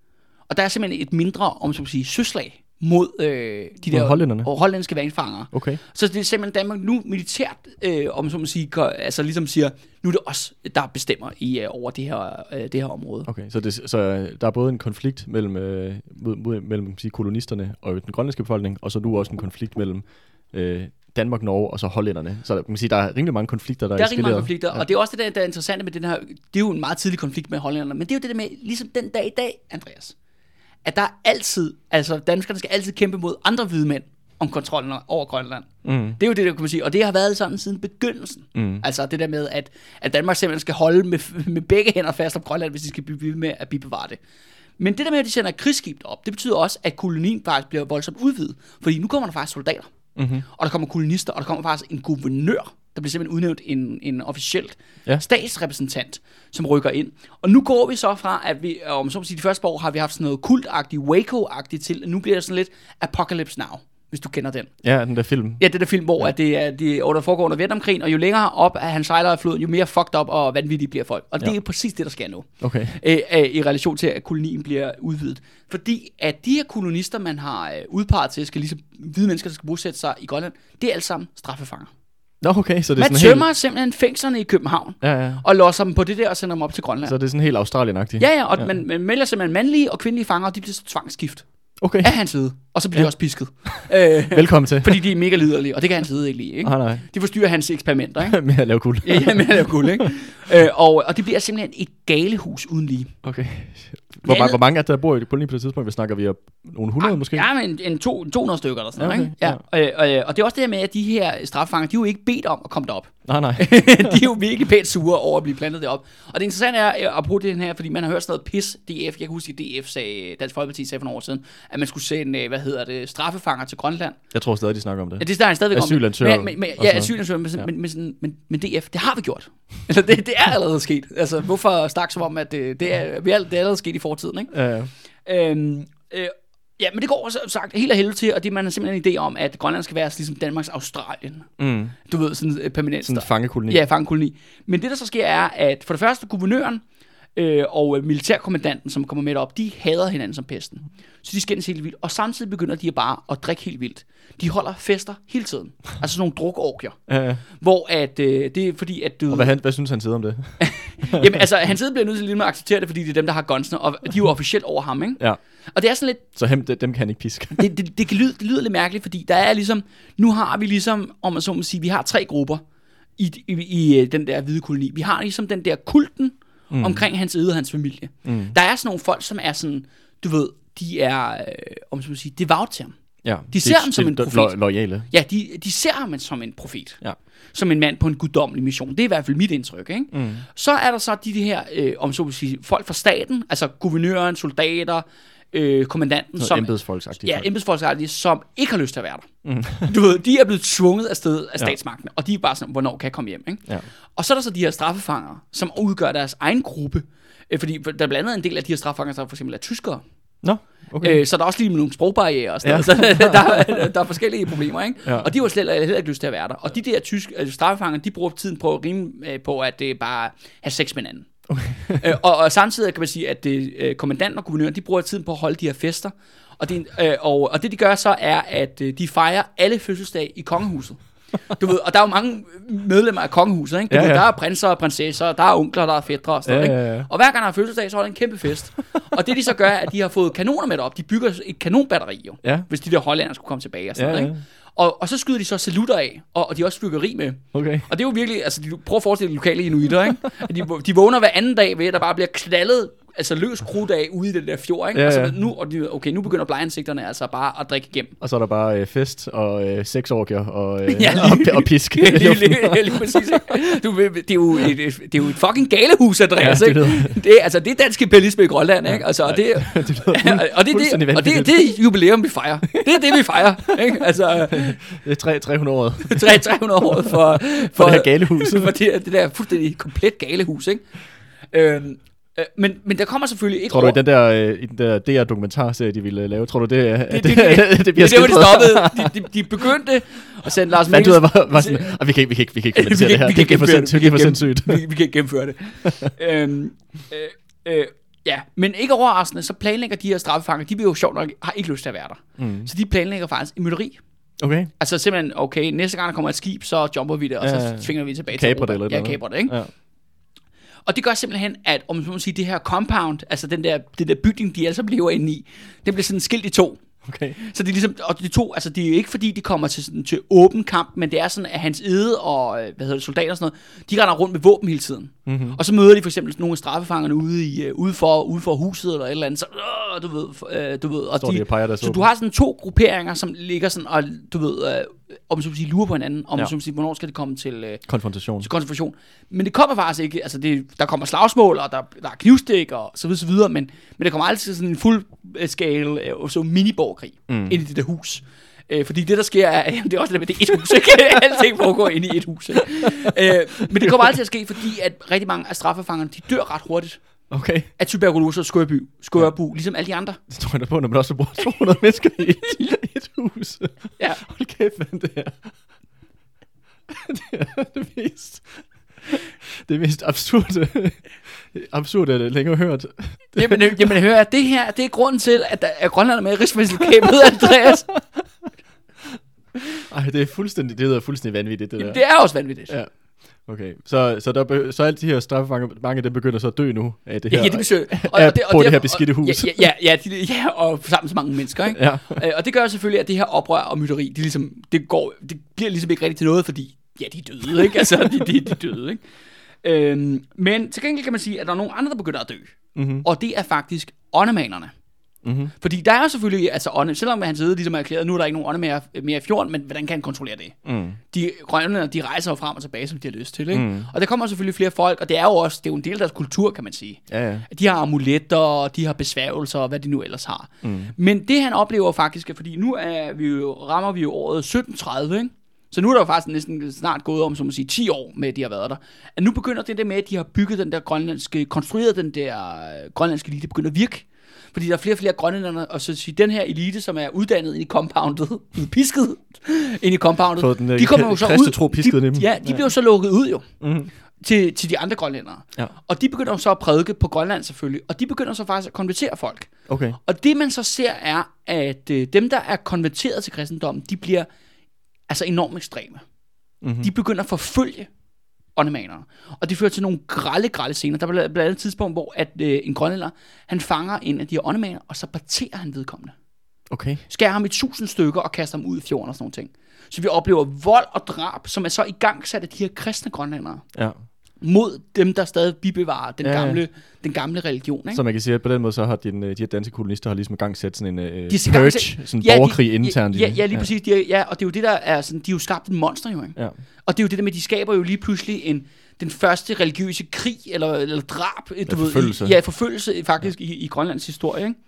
Og der er simpelthen et mindre, om så at sige, søslag mod øh, de der hollænderne. og hollandske hvalfangere. Okay. Så det er simpelthen Danmark nu militært, øh, om så at sige, gør, altså ligesom siger, nu er det os, der bestemmer i øh, over det her øh, det her område. Okay, så, det, så der er både en konflikt mellem øh, mod, mellem sige, kolonisterne og den grønlandske befolkning, og så nu også en konflikt mellem øh, Danmark, Norge og så hollænderne. Så man kan sige, der er rimelig mange konflikter, der, der er eskaleret. rimelig mange konflikter, ja. Og det er også det, der er interessant med den her, det er jo en meget tidlig konflikt med hollænderne, men det er jo det der med, ligesom den dag i dag, Andreas, at der er altid, altså danskerne skal altid kæmpe mod andre hvide mænd om kontrollen over Grønland. Mm. Det er jo det, der kan man sige, og det har været sådan siden begyndelsen. Mm. Altså det der med, at, at Danmark simpelthen skal holde med, med begge hænder fast om Grønland, hvis de skal blive ved med at bibevare det. Men det der med, at de sender et krigsskib op, det betyder også, at kolonien faktisk bliver voldsomt udvidet, fordi nu kommer der faktisk soldater, mm-hmm. og der kommer kolonister, og der kommer faktisk en guvernør. Der bliver simpelthen udnævnt en, en officielt ja. statsrepræsentant, som rykker ind. Og nu går vi så fra, at vi, om så må sige, de første år har vi haft sådan noget kultagtigt, Waco-agtigt til, nu bliver det sådan lidt Apocalypse Now, hvis du kender den. Ja, den der film. Ja, det der film, hvor ja. at det er det under foregår under Vietnamkrigen, og jo længere op at han sejler af floden, jo mere fucked up og vanvittige bliver folk. Og det ja. er præcis det, der sker nu. Okay. Æ, øh, I relation til, at kolonien bliver udvidet. Fordi at de her kolonister, man har øh, udpeget til, skal ligesom hvide mennesker, der skal bosætte sig i Grønland, det er alle sammen straffefanger. Nå, okay, så det er man sådan tømmer helt... simpelthen fængslerne i København, ja, ja. og låser dem på det der og sender dem op til Grønland. Så det er sådan helt Australien-agtigt. Ja, ja, og ja. Man, man melder simpelthen mandlige og kvindelige fanger, og de bliver så tvangsgift. Okay. Af hans side. Og så bliver ja. de også pisket. Velkommen til. Fordi de er mega liderlige, og det kan hans side ikke lide. Ikke? Ah, nej. De forstyrrer hans eksperimenter. Ikke? med at lave guld. ja, ja, med at lave guld. Ikke? øh, og, og det bliver simpelthen et galehus uden lige. Okay. Hvor, ma- hvor mange er der, der bor i kolonien på det tidspunkt? Vi snakker vi om nogle hundrede ah, måske? Ja, men en to, to hundrede stykker eller sådan okay. noget. Ikke? Ja. Ja. Og, og, og det er også det her med, at de her straffanger, de er jo ikke bedt om at komme derop. Nej, nej. de er jo virkelig pænt sure over at blive plantet derop. Og det interessante er at bruge det her, fordi man har hørt sådan noget pis, D F. Jeg kan huske, at D F sagde, Dansk Folkeparti sagde for nogle år siden, at man skulle sende, hvad hedder det, straffefanger til Grønland. Jeg tror stadig, de snakker om det. Ja, det er stadigvæk om det. Asylansøgere. Men, men, ja, asylansøgere, men, ja. men, men, men, men D F, det har vi gjort. Eller det, det er allerede sket. Altså, hvorfor snakke som om, at det, det, er, det er allerede sket i fortiden, ikke? Ja, ja. Øhm, øh, ja, men det går også sagt helt af helvede til, og det man har simpelthen en idé om, at Grønland skal være ligesom Danmarks Australien. Mm. Du ved, sådan uh, permanent. Sådan en fangekoloni. Ja, fangekoloni. Men det der så sker er, at for det første guvernøren øh, og øh, militærkommandanten, som kommer med op, de hader hinanden som pesten. Så de skændes helt vildt, og samtidig begynder de bare at drikke helt vildt. De holder fester hele tiden. Altså sådan nogle drukorgier. Ja, ja. Hvor at, øh, det er fordi, at du... Og hvad, han, hvad synes han sidder om det? Jamen altså, han sidder bliver nødt til lige at acceptere det, fordi det er dem, der har gunsene, og de er jo officielt over ham, ikke? Ja. Og det er sådan lidt... Så hem, dem kan han ikke piske. det, det, det, kan lyde, det lyder lidt mærkeligt, fordi der er ligesom... Nu har vi ligesom, om man så må sige, vi har tre grupper i, i, i den der hvide koloni. Vi har ligesom den der kulten mm. omkring hans æde og hans familie. Mm. Der er sådan nogle folk, som er sådan, du ved, de er, øh, om man så må sige, devout til ham. Ja, de ser de, ham som de, en profet. Lo- loyale. Ja, de, de ser ham som en profet. Ja. Som en mand på en guddommelig mission. Det er i hvert fald mit indtryk, ikke? Mm. Så er der så de, de her, øh, om så vil sige, folk fra staten, altså guvernøren, soldater, øh, kommandanten, så som embedsfolksagtige. Ja, embedsfolksagtige, som ikke har lyst til at være der. Mm. Du ved, de er blevet tvunget afsted af statsmagten, ja. Og de er bare sådan, hvornår kan jeg komme hjem, ikke? Ja. Og så er der så de her straffefanger, som udgør deres egen gruppe, øh, fordi der er blandt andet en del af de her straffefanger, der for eksempel er tyskere. Nå. Okay. Øh, så der er også lige nogle sprogbarrierer og sådan ja. Så der, der er forskellige problemer, ikke? Ja. Og de har slet heller ikke lyst til at være der. Og de der tyske altså straffefanger, de bruger tiden på at rime på, at det bare have sex med hinanden. Okay. øh, og, og samtidig kan man sige, at det, øh, kommandanten og guvernøren, de bruger tiden på at holde de her fester. Og det, øh, og, og det de gør så er, at øh, de fejrer alle fødselsdage i kongehuset. Du ved, og der er jo mange medlemmer af kongehuset, ikke? Du ja, ved, ja. der er prinser og prinsesser, der er onkler, der er fætre og sådan noget, ja, ikke? ja, ja. Og hver gang der er fødselsdag, så holder en kæmpe fest. Og det de så gør, er, at de har fået kanoner med op. De bygger et kanonbatteri jo, ja. hvis de der hollænder skulle komme tilbage og sådan ja, noget, ja. ikke? Og, og så skyder de så salutter af, og, og de har også fyrkeri med. Okay. Og det er jo virkelig, altså de, prøv at forestille de lokale inuitter, ikke? De, de vågner hver anden dag ved, at der bare bliver knaldet, altså løs krudt af ude i den der fjord, ikke? Ja, og så ja. nu, og de, okay, nu begynder blegeansigterne altså bare at drikke igennem. Og så er der bare øh, fest og øh, sexorgier og, øh, Ja, og, og pisk. lige, lige, lige, lige præcis, ikke? Du, det, er jo et, det er jo et fucking galehus, Andreas, Ja, ikke? det, Det er, altså, det er dansk imperialisme i Grønland, ikke? Altså, og det, det lyder og det, fuldstændig det, og det, vanvittigt. det er jubilæum, vi fejrer. Det er det, vi fejrer, ikke? Altså, Det er tre- tre hundrede år tre hundrede år for, for, for, det her galehus. for det, det der fuldstændig komplet galehus, ikke? Øhm, øh, men, men der kommer selvfølgelig ikke Tror du i over- den der, øh, i den der D R-dokumentarserie, de ville lave, tror du det, det, det, det, det, det, det, det det, bliver det var de skildret? stoppede. De, de, de begyndte at sende Lars Fandt ud af, Mikkelsen. var, var sådan, og vi kan ikke, vi kan ikke, vi kan ikke Vi finansiere det her. vi Det er for gennemføre sindssygt. Det er for Vi kan sindssygt. gennem- Vi, vi kan ikke gennemføre det. øhm, øh, øh, ja, men ikke overraskende, så planlægger de her straffefanger, de bliver jo sjovt nok, har ikke lyst til at være der. Mm. Så de planlægger faktisk en mytteri. Okay. Altså simpelthen, okay, næste gang der kommer et skib, så jumper vi det, og så Ja, ja, ja. tvinger vi tilbage Kaprer til det Europa. eller Ja, noget. kaprer det, ikke? Ja. Og det gør simpelthen, at om man må sige, det her compound, altså den der, det der bygning, de alle sammen lever inde i, det bliver sådan skilt i to. Okay. Så det er ligesom, og de to, altså det er ikke fordi, de kommer til, sådan, til åben kamp, men det er sådan, at hans ede og, øh, hvad hedder det, soldater og sådan noget, de render rundt med våben hele tiden. Mm-hmm. Og så møder de for eksempel nogle af straffefangerne ude, i, uh, ude, for, ude for huset eller et eller andet, så, øh, du ved, øh, du ved, og Står de og peger deres så våben. du har sådan to grupperinger, som ligger sådan, og du ved, øh, om man så må sige, lurer på hinanden, om man Ja. så må sige, hvornår skal det komme til, øh, Konfrontation. til konfrontation. Men det kommer faktisk ikke, altså det, der kommer slagsmål, og der, der er knivstik og så videre, så videre, men, men det kommer altid sådan en fuld skala, øh, så mini-borgerkrig Mm. ind i det der hus. Øh, fordi det der sker er, jamen, det er også det med, det er et hus, ikke? Alting foregår inde i et hus, ikke? øh, men det kommer altid til at ske, fordi at rigtig mange af straffefangerne, de dør ret hurtigt Okay. af tuberkulose og skørbu, skørbu ja. Ligesom alle de andre. Det tror jeg da på, når man også bruger to hundrede mennesker i et, et hus. Ja. Hold kæft, hvad det er. Det er det mest... Det mest absurde, absurde jeg længere hørt. Jamen, øh, jamen hør, det her, det er grunden til, at, der, at Grønland er med i rigsfællesskabet, Andreas. Ej, det er fuldstændig, det lyder fuldstændig vanvittigt, det der. Jamen, det er også vanvittigt. Ja. Okay, så, så, der be, så alle de her straffefanger, mange af dem begynder så at dø nu af det her, Ja, ja, det besøger. Og, og det, og på det her beskidte hus. Ja, ja, ja, de, ja, og sammen med så mange mennesker, ikke? Ja. Øh, og det gør selvfølgelig, at det her oprør og mytteri, det, ligesom, det, går, det bliver ligesom ikke rigtigt til noget, fordi ja, de er døde, ikke? Altså, de, de, de er døde, ikke? Øhm, men til gengæld kan man sige, at der er nogle andre, der begynder at dø. Mm-hmm. Og det er faktisk åndemanerne. Mm-hmm. Fordi der er jo selvfølgelig, altså ånde, selvom han sidder ligesom er erklæret, nu er der ikke nogen ånde mere, mere i fjorden, men hvordan kan han kontrollere det? Mm. De grønlændere, de rejser jo frem og tilbage, som de har lyst til, ikke? Mm. Og der kommer selvfølgelig flere folk, og det er jo også, det er jo en del af deres kultur, kan man sige. Ja, ja. De har amuletter, de har besværgelser, og hvad de nu ellers har. Mm. Men det han oplever faktisk, er, fordi nu er vi jo, rammer vi jo året sytten tredive, ikke? Så nu er der jo faktisk næsten snart gået om, som man siger, ti år med, at de har været der. At nu begynder det der med, at de har bygget den der grønlandske, konstrueret den der øh, grønlandske elite, begynder at virke. Fordi der er flere og flere grønlændere, og så sige, den her elite, som er uddannet ind i compoundet, pisket ind i compoundet, Fået den, øh, de kommer jo så kristne tro ud, pisket de, dem. ja, de Ja. bliver jo så lukket ud jo, Mm-hmm. til, til de andre grønlændere. Ja. Og de begynder jo så at prædike på Grønland selvfølgelig, og de begynder så faktisk at konvertere folk. Okay. Og det man så ser er, at øh, dem der er konverteret til kristendommen, de bliver altså enormt ekstreme. Mm-hmm. De begynder at forfølge åndemanere. Og det fører til nogle grælde, grælde scener. Der er blandt andet et tidspunkt, hvor at, øh, en grønlænder, han fanger en af de her åndemanere, og så parterer han vedkommende. Okay. Skærer ham i tusind stykker og kaster ham ud i fjorden og sådan nogle ting. Så vi oplever vold og drab, som er så i gang sat af de her kristne grønlændere, Ja. mod dem, der stadig bibevarer den, Ja, ja. gamle, den gamle religion. Ikke? Så man kan sige, at på den måde, så har de, de her danske kolonister har ligesom gang sat sådan en uh, De purge, har gang- sådan en Ja, de- borgerkrig internt. i- Ja, ja, lige præcis. De er, ja, og det er jo det, der er sådan, de er jo skabt en monster jo, ikke? Ja. Og det er jo det der med, de skaber jo lige pludselig en, den første religiøse krig, eller, eller drab, du Ja, ved, forfølgelse. i, ja, forfølgelse faktisk ja. i, i Grønlands historie, ikke?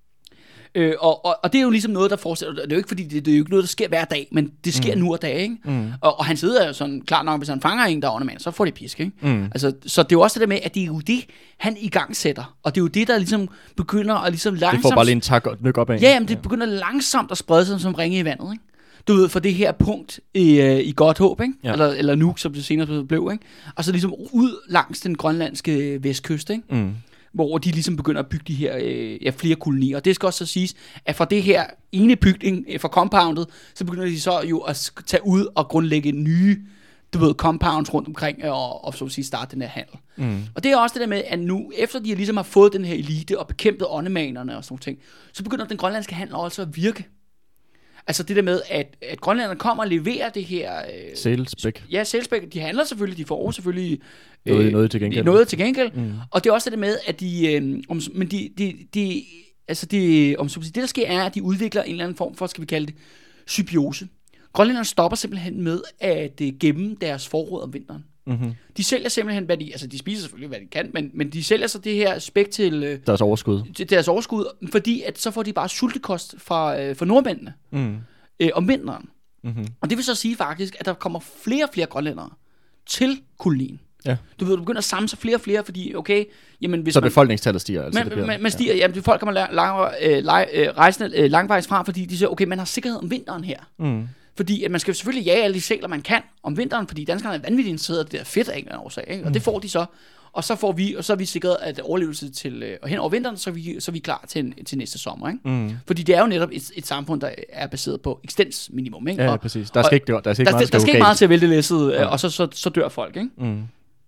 Øh, og, og, og det er jo ligesom noget, der fortsætter. Det er jo ikke fordi, det, det er jo ikke noget, der sker hver dag, men det sker mm. nu og dag, ikke? Mm. Og, og han sidder jo sådan, klart nok, hvis han fanger en, der er åndemand, så får de pisk, ikke? Mm. Altså, så det er jo også det der med, at det er jo det, han i gang sætter. Og det er jo det, der ligesom begynder at ligesom langsomt... Det får bare lige en tak og nyk op af. Ja, jamen, det begynder langsomt at sprede sig som ringe i vandet, ikke? Du ved, for det her punkt i, øh, i Godt Håb, ikke? Ja. Eller, eller Nuuk, som det senere blev, ikke? Og så ligesom ud langs den grønlandske vestkyst, ikke? Mm. hvor de ligesom begynder at bygge de her øh, ja, flere kolonier. Og det skal også så siges, at fra det her ene bygning, øh, fra compoundet, så begynder de så jo at tage ud og grundlægge nye, du ved, compounds rundt omkring, og, og så at sige, starte den her handel. Mm. Og det er også det der med, at nu, efter de ligesom har fået den her elite, og bekæmpet åndemanerne og sådan ting, så begynder den grønlandske handel også at virke. Altså det der med, at, at grønlænderne kommer og leverer det her... Øh, salesbæk. Ja, salesbæk. De handler selvfølgelig, de får selvfølgelig... Øh, noget, noget til gengæld. Noget til gengæld. Mm. Og det er også det der med, at de... Øh, om, men de... de, de altså det, om, det, der sker, er, at de udvikler en eller anden form for, skal vi kalde det, symbiose. Grønlænderne stopper simpelthen med at øh, gemme deres forråd om vinteren. Mm-hmm. De sælger simpelthen, hvad de... Altså, de spiser selvfølgelig, hvad de kan, men, men de sælger så det her spæk til... Øh, deres overskud. Til deres overskud, fordi at så får de bare sultekost fra, øh, fra nordmændene mm. øh, om vinteren. Mm-hmm. Og det vil så sige faktisk, at der kommer flere og flere grønlændere til kolonien. Ja. Du ved, du begynder at samle sig flere og flere, fordi, okay... Jamen, hvis så man, befolkningstallet stiger? Altså, man, det bliver, man, man stiger, ja. Jamen, folk kommer lang, lang, øh, lang, øh, rejsende øh, langvejs fra, fordi de siger, okay, man har sikkerhed om vinteren her. Mm. Fordi at man skal selvfølgelig jage alle de sæler, man kan om vinteren, fordi danskerne er vanvittigt interesseret af det der fedt af en eller anden årsag, ikke? Og mm. det får de så. Og så får vi, og så er vi sikret at overlevelse til, øh, og hen over vinteren, så er vi, så er vi klar til, en, til næste sommer, ikke? Mm. Fordi det er jo netop et, et samfund, der er baseret på eksistensminimum, ikke? Ja, og, præcis. Der skal ikke, der skal ikke der, meget, der skal ikke meget til at vælte læsset, ja. Og så, så, så dør folk, ikke? Mm.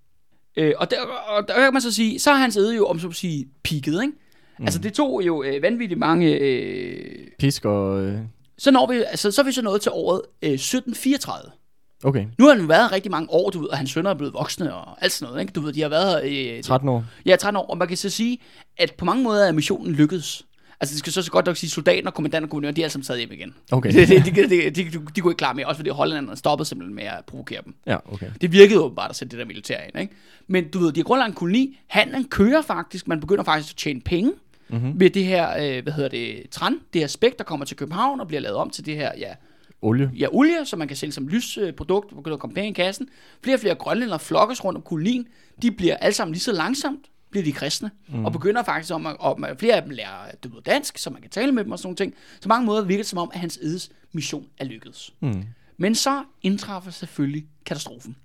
Øh, og, der, og der kan man så sige, så har hans æde jo, om så at sige, peaked, ikke? Mm. Altså det tog jo øh, vanvittigt mange... Øh, Pisk og... Øh... Så når vi, altså, så er vi så nået til året øh, sytten fireogtredive. Okay. Nu har han været rigtig mange år, du ved, og hans sønner er blevet voksne og alt sådan noget, ikke? Du ved, de har været her... Øh, tretten år. Ja, tretten år, og man kan så sige, at på mange måder er missionen lykkedes. Altså det skal så, så godt nok sige, soldaten og kommandanten og guvernøren, de er alle sammen taget hjem igen. Okay. de, de, de, de, de, de, de kunne ikke klare mere, også fordi hollænderne stoppede simpelthen med at provokere dem. Ja, okay. Det virkede jo bare at sætte det der militær ind, ikke? Men du ved, de har grundlagt en koloni, handlen kører faktisk, man begynder faktisk at tjene penge. Mm-hmm. Ved det her, øh, hvad hedder det, tran, det her spæk, der kommer til København og bliver lavet om til det her, ja, olie. Ja, olie, som man kan sælge som lysprodukt, hvor der kommer penge i kassen. Flere og flere grønlændere flokkes rundt om kolonien, de bliver alle sammen lige så langsomt, bliver de kristne, mm. og begynder faktisk om, at, om at flere af dem lærer du ved, dansk, så man kan tale med dem og sådan nogle ting. Så mange måder virker det som om, at hans edes mission er lykkedes. Mm. Men så indtræffer selvfølgelig katastrofen.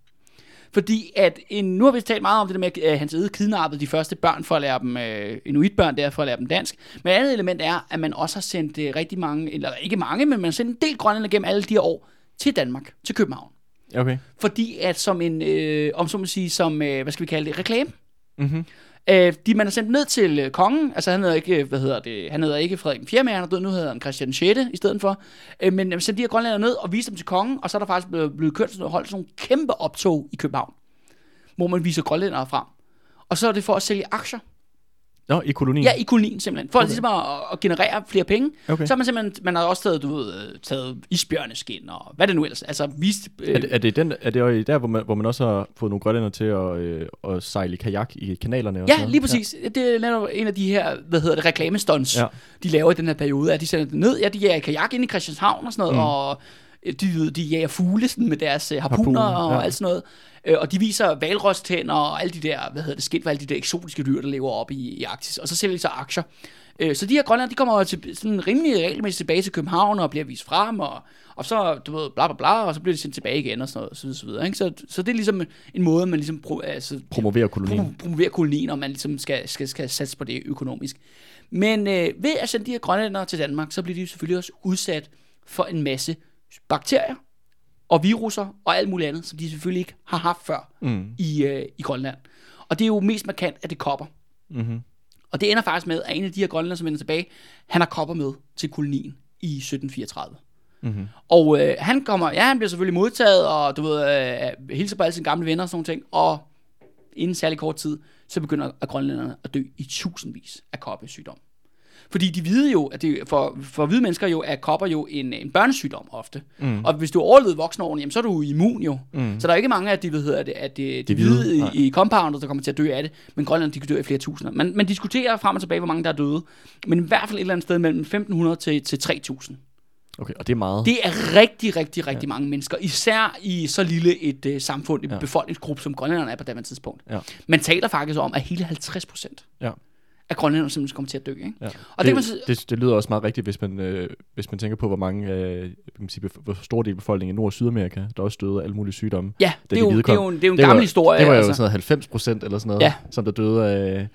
Fordi at, en, nu har vi talt meget om det der med, at hans æde kidnappede de første børn for at lære dem, øh, inuitbørn der, for at lære dem dansk. Men et andet element er, at man også har sendt øh, rigtig mange, eller ikke mange, men man har sendt en del grønlændere gennem alle de her år til Danmark, til København. Okay. Fordi at som en, øh, om så man sige, som, øh, hvad skal vi kalde det, reklame. Mhm. Øh, de man har sendt ned til øh, kongen, altså han hedder ikke, hvad hedder det, han hedder ikke Frederik den fjerde, han er død, nu hedder han Christian den sjette i stedet for, øh, men man sendte de her grønlændere ned og viste dem til kongen, og så er der faktisk blevet, blevet kørt sådan, holdt sådan nogle kæmpe optog i København, hvor man viser grønlændere frem, og så er det for at sælge aktier. Nå, i kolonien? Ja, i kolonien simpelthen. For okay. ligesom at, at generere flere penge. Okay. Så har man simpelthen, man har også taget, du ved, taget isbjørneskin og hvad det nu ellers. Altså vist... Øh... Er, det, er det den, er det der, hvor man, hvor man også har fået nogle grønlænder til at, øh, at sejle i kajak i kanalerne? Og ja, lige præcis. Ja. Det er netop en af de her, hvad hedder det, reklamestunts, ja. De laver i den her periode. At de sender det ned, ja, de er i kajak inde i Christianshavn og sådan noget, mm. og de, de jager fugle sådan med deres uh, harpuner Harpun, og ja. Alt sådan noget. Uh, og de viser hvalrostænder og alle de der, hvad hedder det, skidt for alle de der eksotiske dyr, der lever oppe i, i Arktis. Og så sælger de så aktier. Uh, så de her grønlænder, de kommer til, sådan rimelig regelmæssigt tilbage til København og bliver vist frem, og, og så, du ved, bla bla bla, og så bliver de sendt tilbage igen og sådan noget, så videre, så videre, ikke? Så, så det er ligesom en måde, man ligesom pro, altså, promoverer kolonien. Pro, promoverer kolonien, og man ligesom skal, skal, skal satse på det økonomisk. Men uh, ved at sende de her grønlændere til Danmark, så bliver de selvfølgelig også udsat for en masse bakterier og virusser og alt muligt andet, som de selvfølgelig ikke har haft før mm. i, øh, i Grønland. Og det er jo mest markant, at det kopper. Mm-hmm. Og det ender faktisk med, at en af de her grønlændere, som vender tilbage, han har kopper med til kolonien i sytten fireogtredive. Mm-hmm. Og øh, han kommer, ja, han bliver selvfølgelig modtaget, og du ved, øh, hilser på alle sine gamle venner og sådan nogle ting, og inden særlig kort tid, så begynder at grønlænderne at dø i tusindvis af koppesygdom. Fordi de ved jo, at det, for, for hvide mennesker jo, er kopper jo en, en børnesygdom ofte. Mm. Og hvis du overlever voksenårene, jamen, så er du immun jo. Mm. Så der er ikke mange af de, hvad hedder det, at de, de, de hvide i, i compoundet, der kommer til at dø af det. Men Grønland, de kan dø i flere tusinder. Man, man diskuterer frem og tilbage, hvor mange der er døde. Men i hvert fald et eller andet sted mellem femten hundrede til, til tre tusind. Okay, og det er meget. Det er rigtig, rigtig, rigtig ja. mange mennesker. Især i så lille et uh, samfund, en ja. befolkningsgruppe, som grønlænderne er på det tidspunkt. Ja. Man taler faktisk om, at hele halvtreds procent ja. af grønlænderne simpelthen kommer til at dø. Ikke? Ja. Og det, det, man så, det, det lyder også meget rigtigt, hvis man, øh, hvis man tænker på, hvor mange, øh, kan man sige, hvor stor del af befolkningen i Nord- og Sydamerika, der også døde af alle mulige sygdomme. Ja, det er, de jo, det er jo en, det er jo en det gammel var, historie. Det var jo altså. sådan noget halvfems procent eller sådan noget, ja. som der døde af...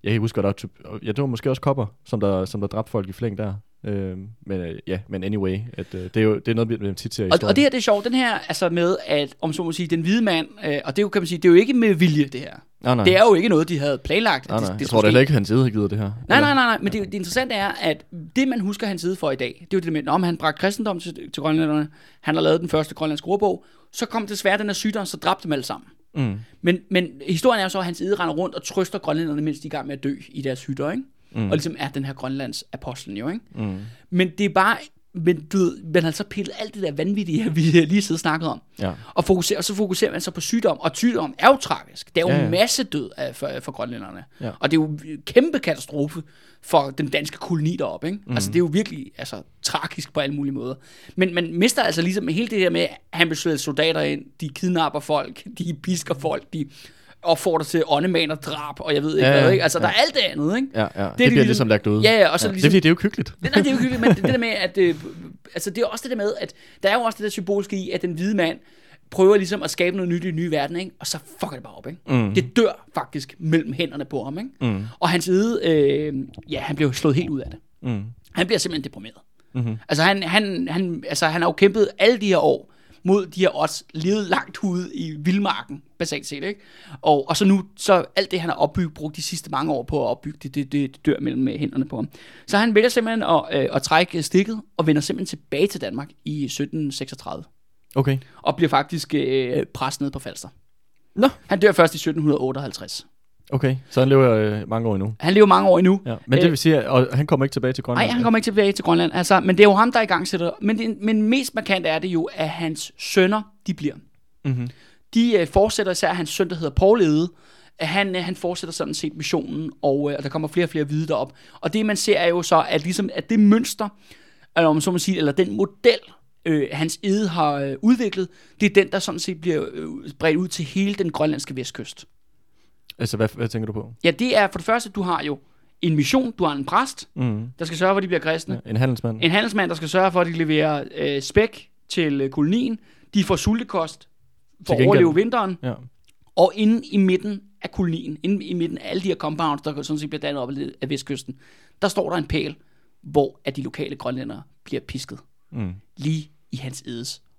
jeg kan huske, at der var, ja, det var måske også kopper, som der, som der dræbte folk i flæng der. Øh, men øh, ja, men anyway, at, øh, det er jo det er noget, vi tit ser i historien. Og, og det her, det er sjovt, den her, altså med, at om så må sige, den hvide mand, øh, og det er jo, kan man sige, det er jo ikke med vilje, det her. Nej, nej. Det er jo ikke noget, de havde planlagt. Nej, nej. Det, det jeg tror da heller ikke, han sidder og gider det her. Nej, nej, nej, nej. Men det, det interessante er, at det, man husker hans side for i dag, det er jo det med, om han bragte kristendom til, til grønlænderne, han har lavet den første grønlandske ordbog, så kom desværre den her sygdom, så dræbte dem alle sammen. Mm. Men, men historien er jo så, at hans side render rundt og trøster grønlænderne, mens de er i gang med at dø i deres hytter, ikke? Mm. Og ligesom er den her Grønlands apostlen jo, ikke? Mm. Men det er bare, men du ved, man har så pillet alt det der vanvittige, vi lige sidder og snakket om. Ja. Og, fokuserer, og så fokuserer man så på sygdom, og sygdom er jo tragisk. Det er jo ja, ja. masse død af, for, for grønlænderne. Ja. Og det er jo en kæmpe katastrofe for den danske koloni deroppe, ikke? Mm. Altså det er jo virkelig altså, tragisk på alle mulige måder. Men man mister altså ligesom hele det der med, at han besøger soldater ind, de kidnapper folk, de pisker folk, de opfordrer til åndemand og drab, og jeg ved ikke ja, hvad, ikke? Altså, ja. der er alt det andet, ikke? Ja, ja. Det, det bliver ligesom, ligesom lagt ud. Ja, ja, og så ja. ligesom, det, det er jo hyggeligt. Det, nej, det er jo hyggeligt, men det, det der med, at øh, altså, det er også det der med, at der er jo også det der symboliske i, at den hvide mand prøver ligesom at skabe noget nyt i den nye verden, ikke? Og så fucker det bare op, ikke? Mm. Det dør faktisk mellem hænderne på ham, ikke? Mm. Og hans ide, øh, ja, han bliver slået helt ud af det. Mm. Han bliver simpelthen deprimeret. Mm-hmm. Altså, han, han, han, altså, han har jo kæmpet alle de her år mod de her odds, levet langt ude i vildmarken, basalt set, ikke? Og, og så nu, så alt det, han har opbygget, brugt de sidste mange år på at opbygge, det, det, det dør mellem hænderne på ham. Så han vælger simpelthen at, øh, at trække stikket, og vender simpelthen tilbage til Danmark i sytten seksogtredive. Okay. Og bliver faktisk øh, presset ned på Falster. Nå. Han dør først i sytten otteoghalvtreds. Okay, så han lever øh, mange år endnu. Han lever mange år endnu. Ja, men det vil sige, og han kommer ikke tilbage til Grønland? Nej, han kommer ikke tilbage til Grønland. Altså, men det er jo ham, der er i gang sætter. Men, det, men mest markant er det jo, at hans sønner, de bliver. Mm-hmm. De øh, fortsætter især hans søn, der hedder Poul Ede. Han, øh, han fortsætter sådan set missionen, og øh, der kommer flere og flere hvide derop. Og det, man ser, er jo så, at, ligesom, at det mønster, eller, om så man siger, eller den model, øh, hans Ede har øh, udviklet, det er den, der sådan set bliver øh, bredt ud til hele den grønlandske vestkyst. Altså, hvad, hvad tænker du på? Ja, det er for det første, du har jo en mission, du har en præst, mm. der skal sørge for, at de bliver kristne. Ja, en handelsmand. En handelsmand, der skal sørge for, at de leverer øh, spæk til øh, kolonien. De får sultekost for at overleve vinteren. Ja. Og inde i midten af kolonien, inde i midten af alle de her compounds, der sådan set bliver dannet op af vestkysten, der står der en pæl, hvor at de lokale grønlændere bliver pisket. Mm. Lige i hans Edes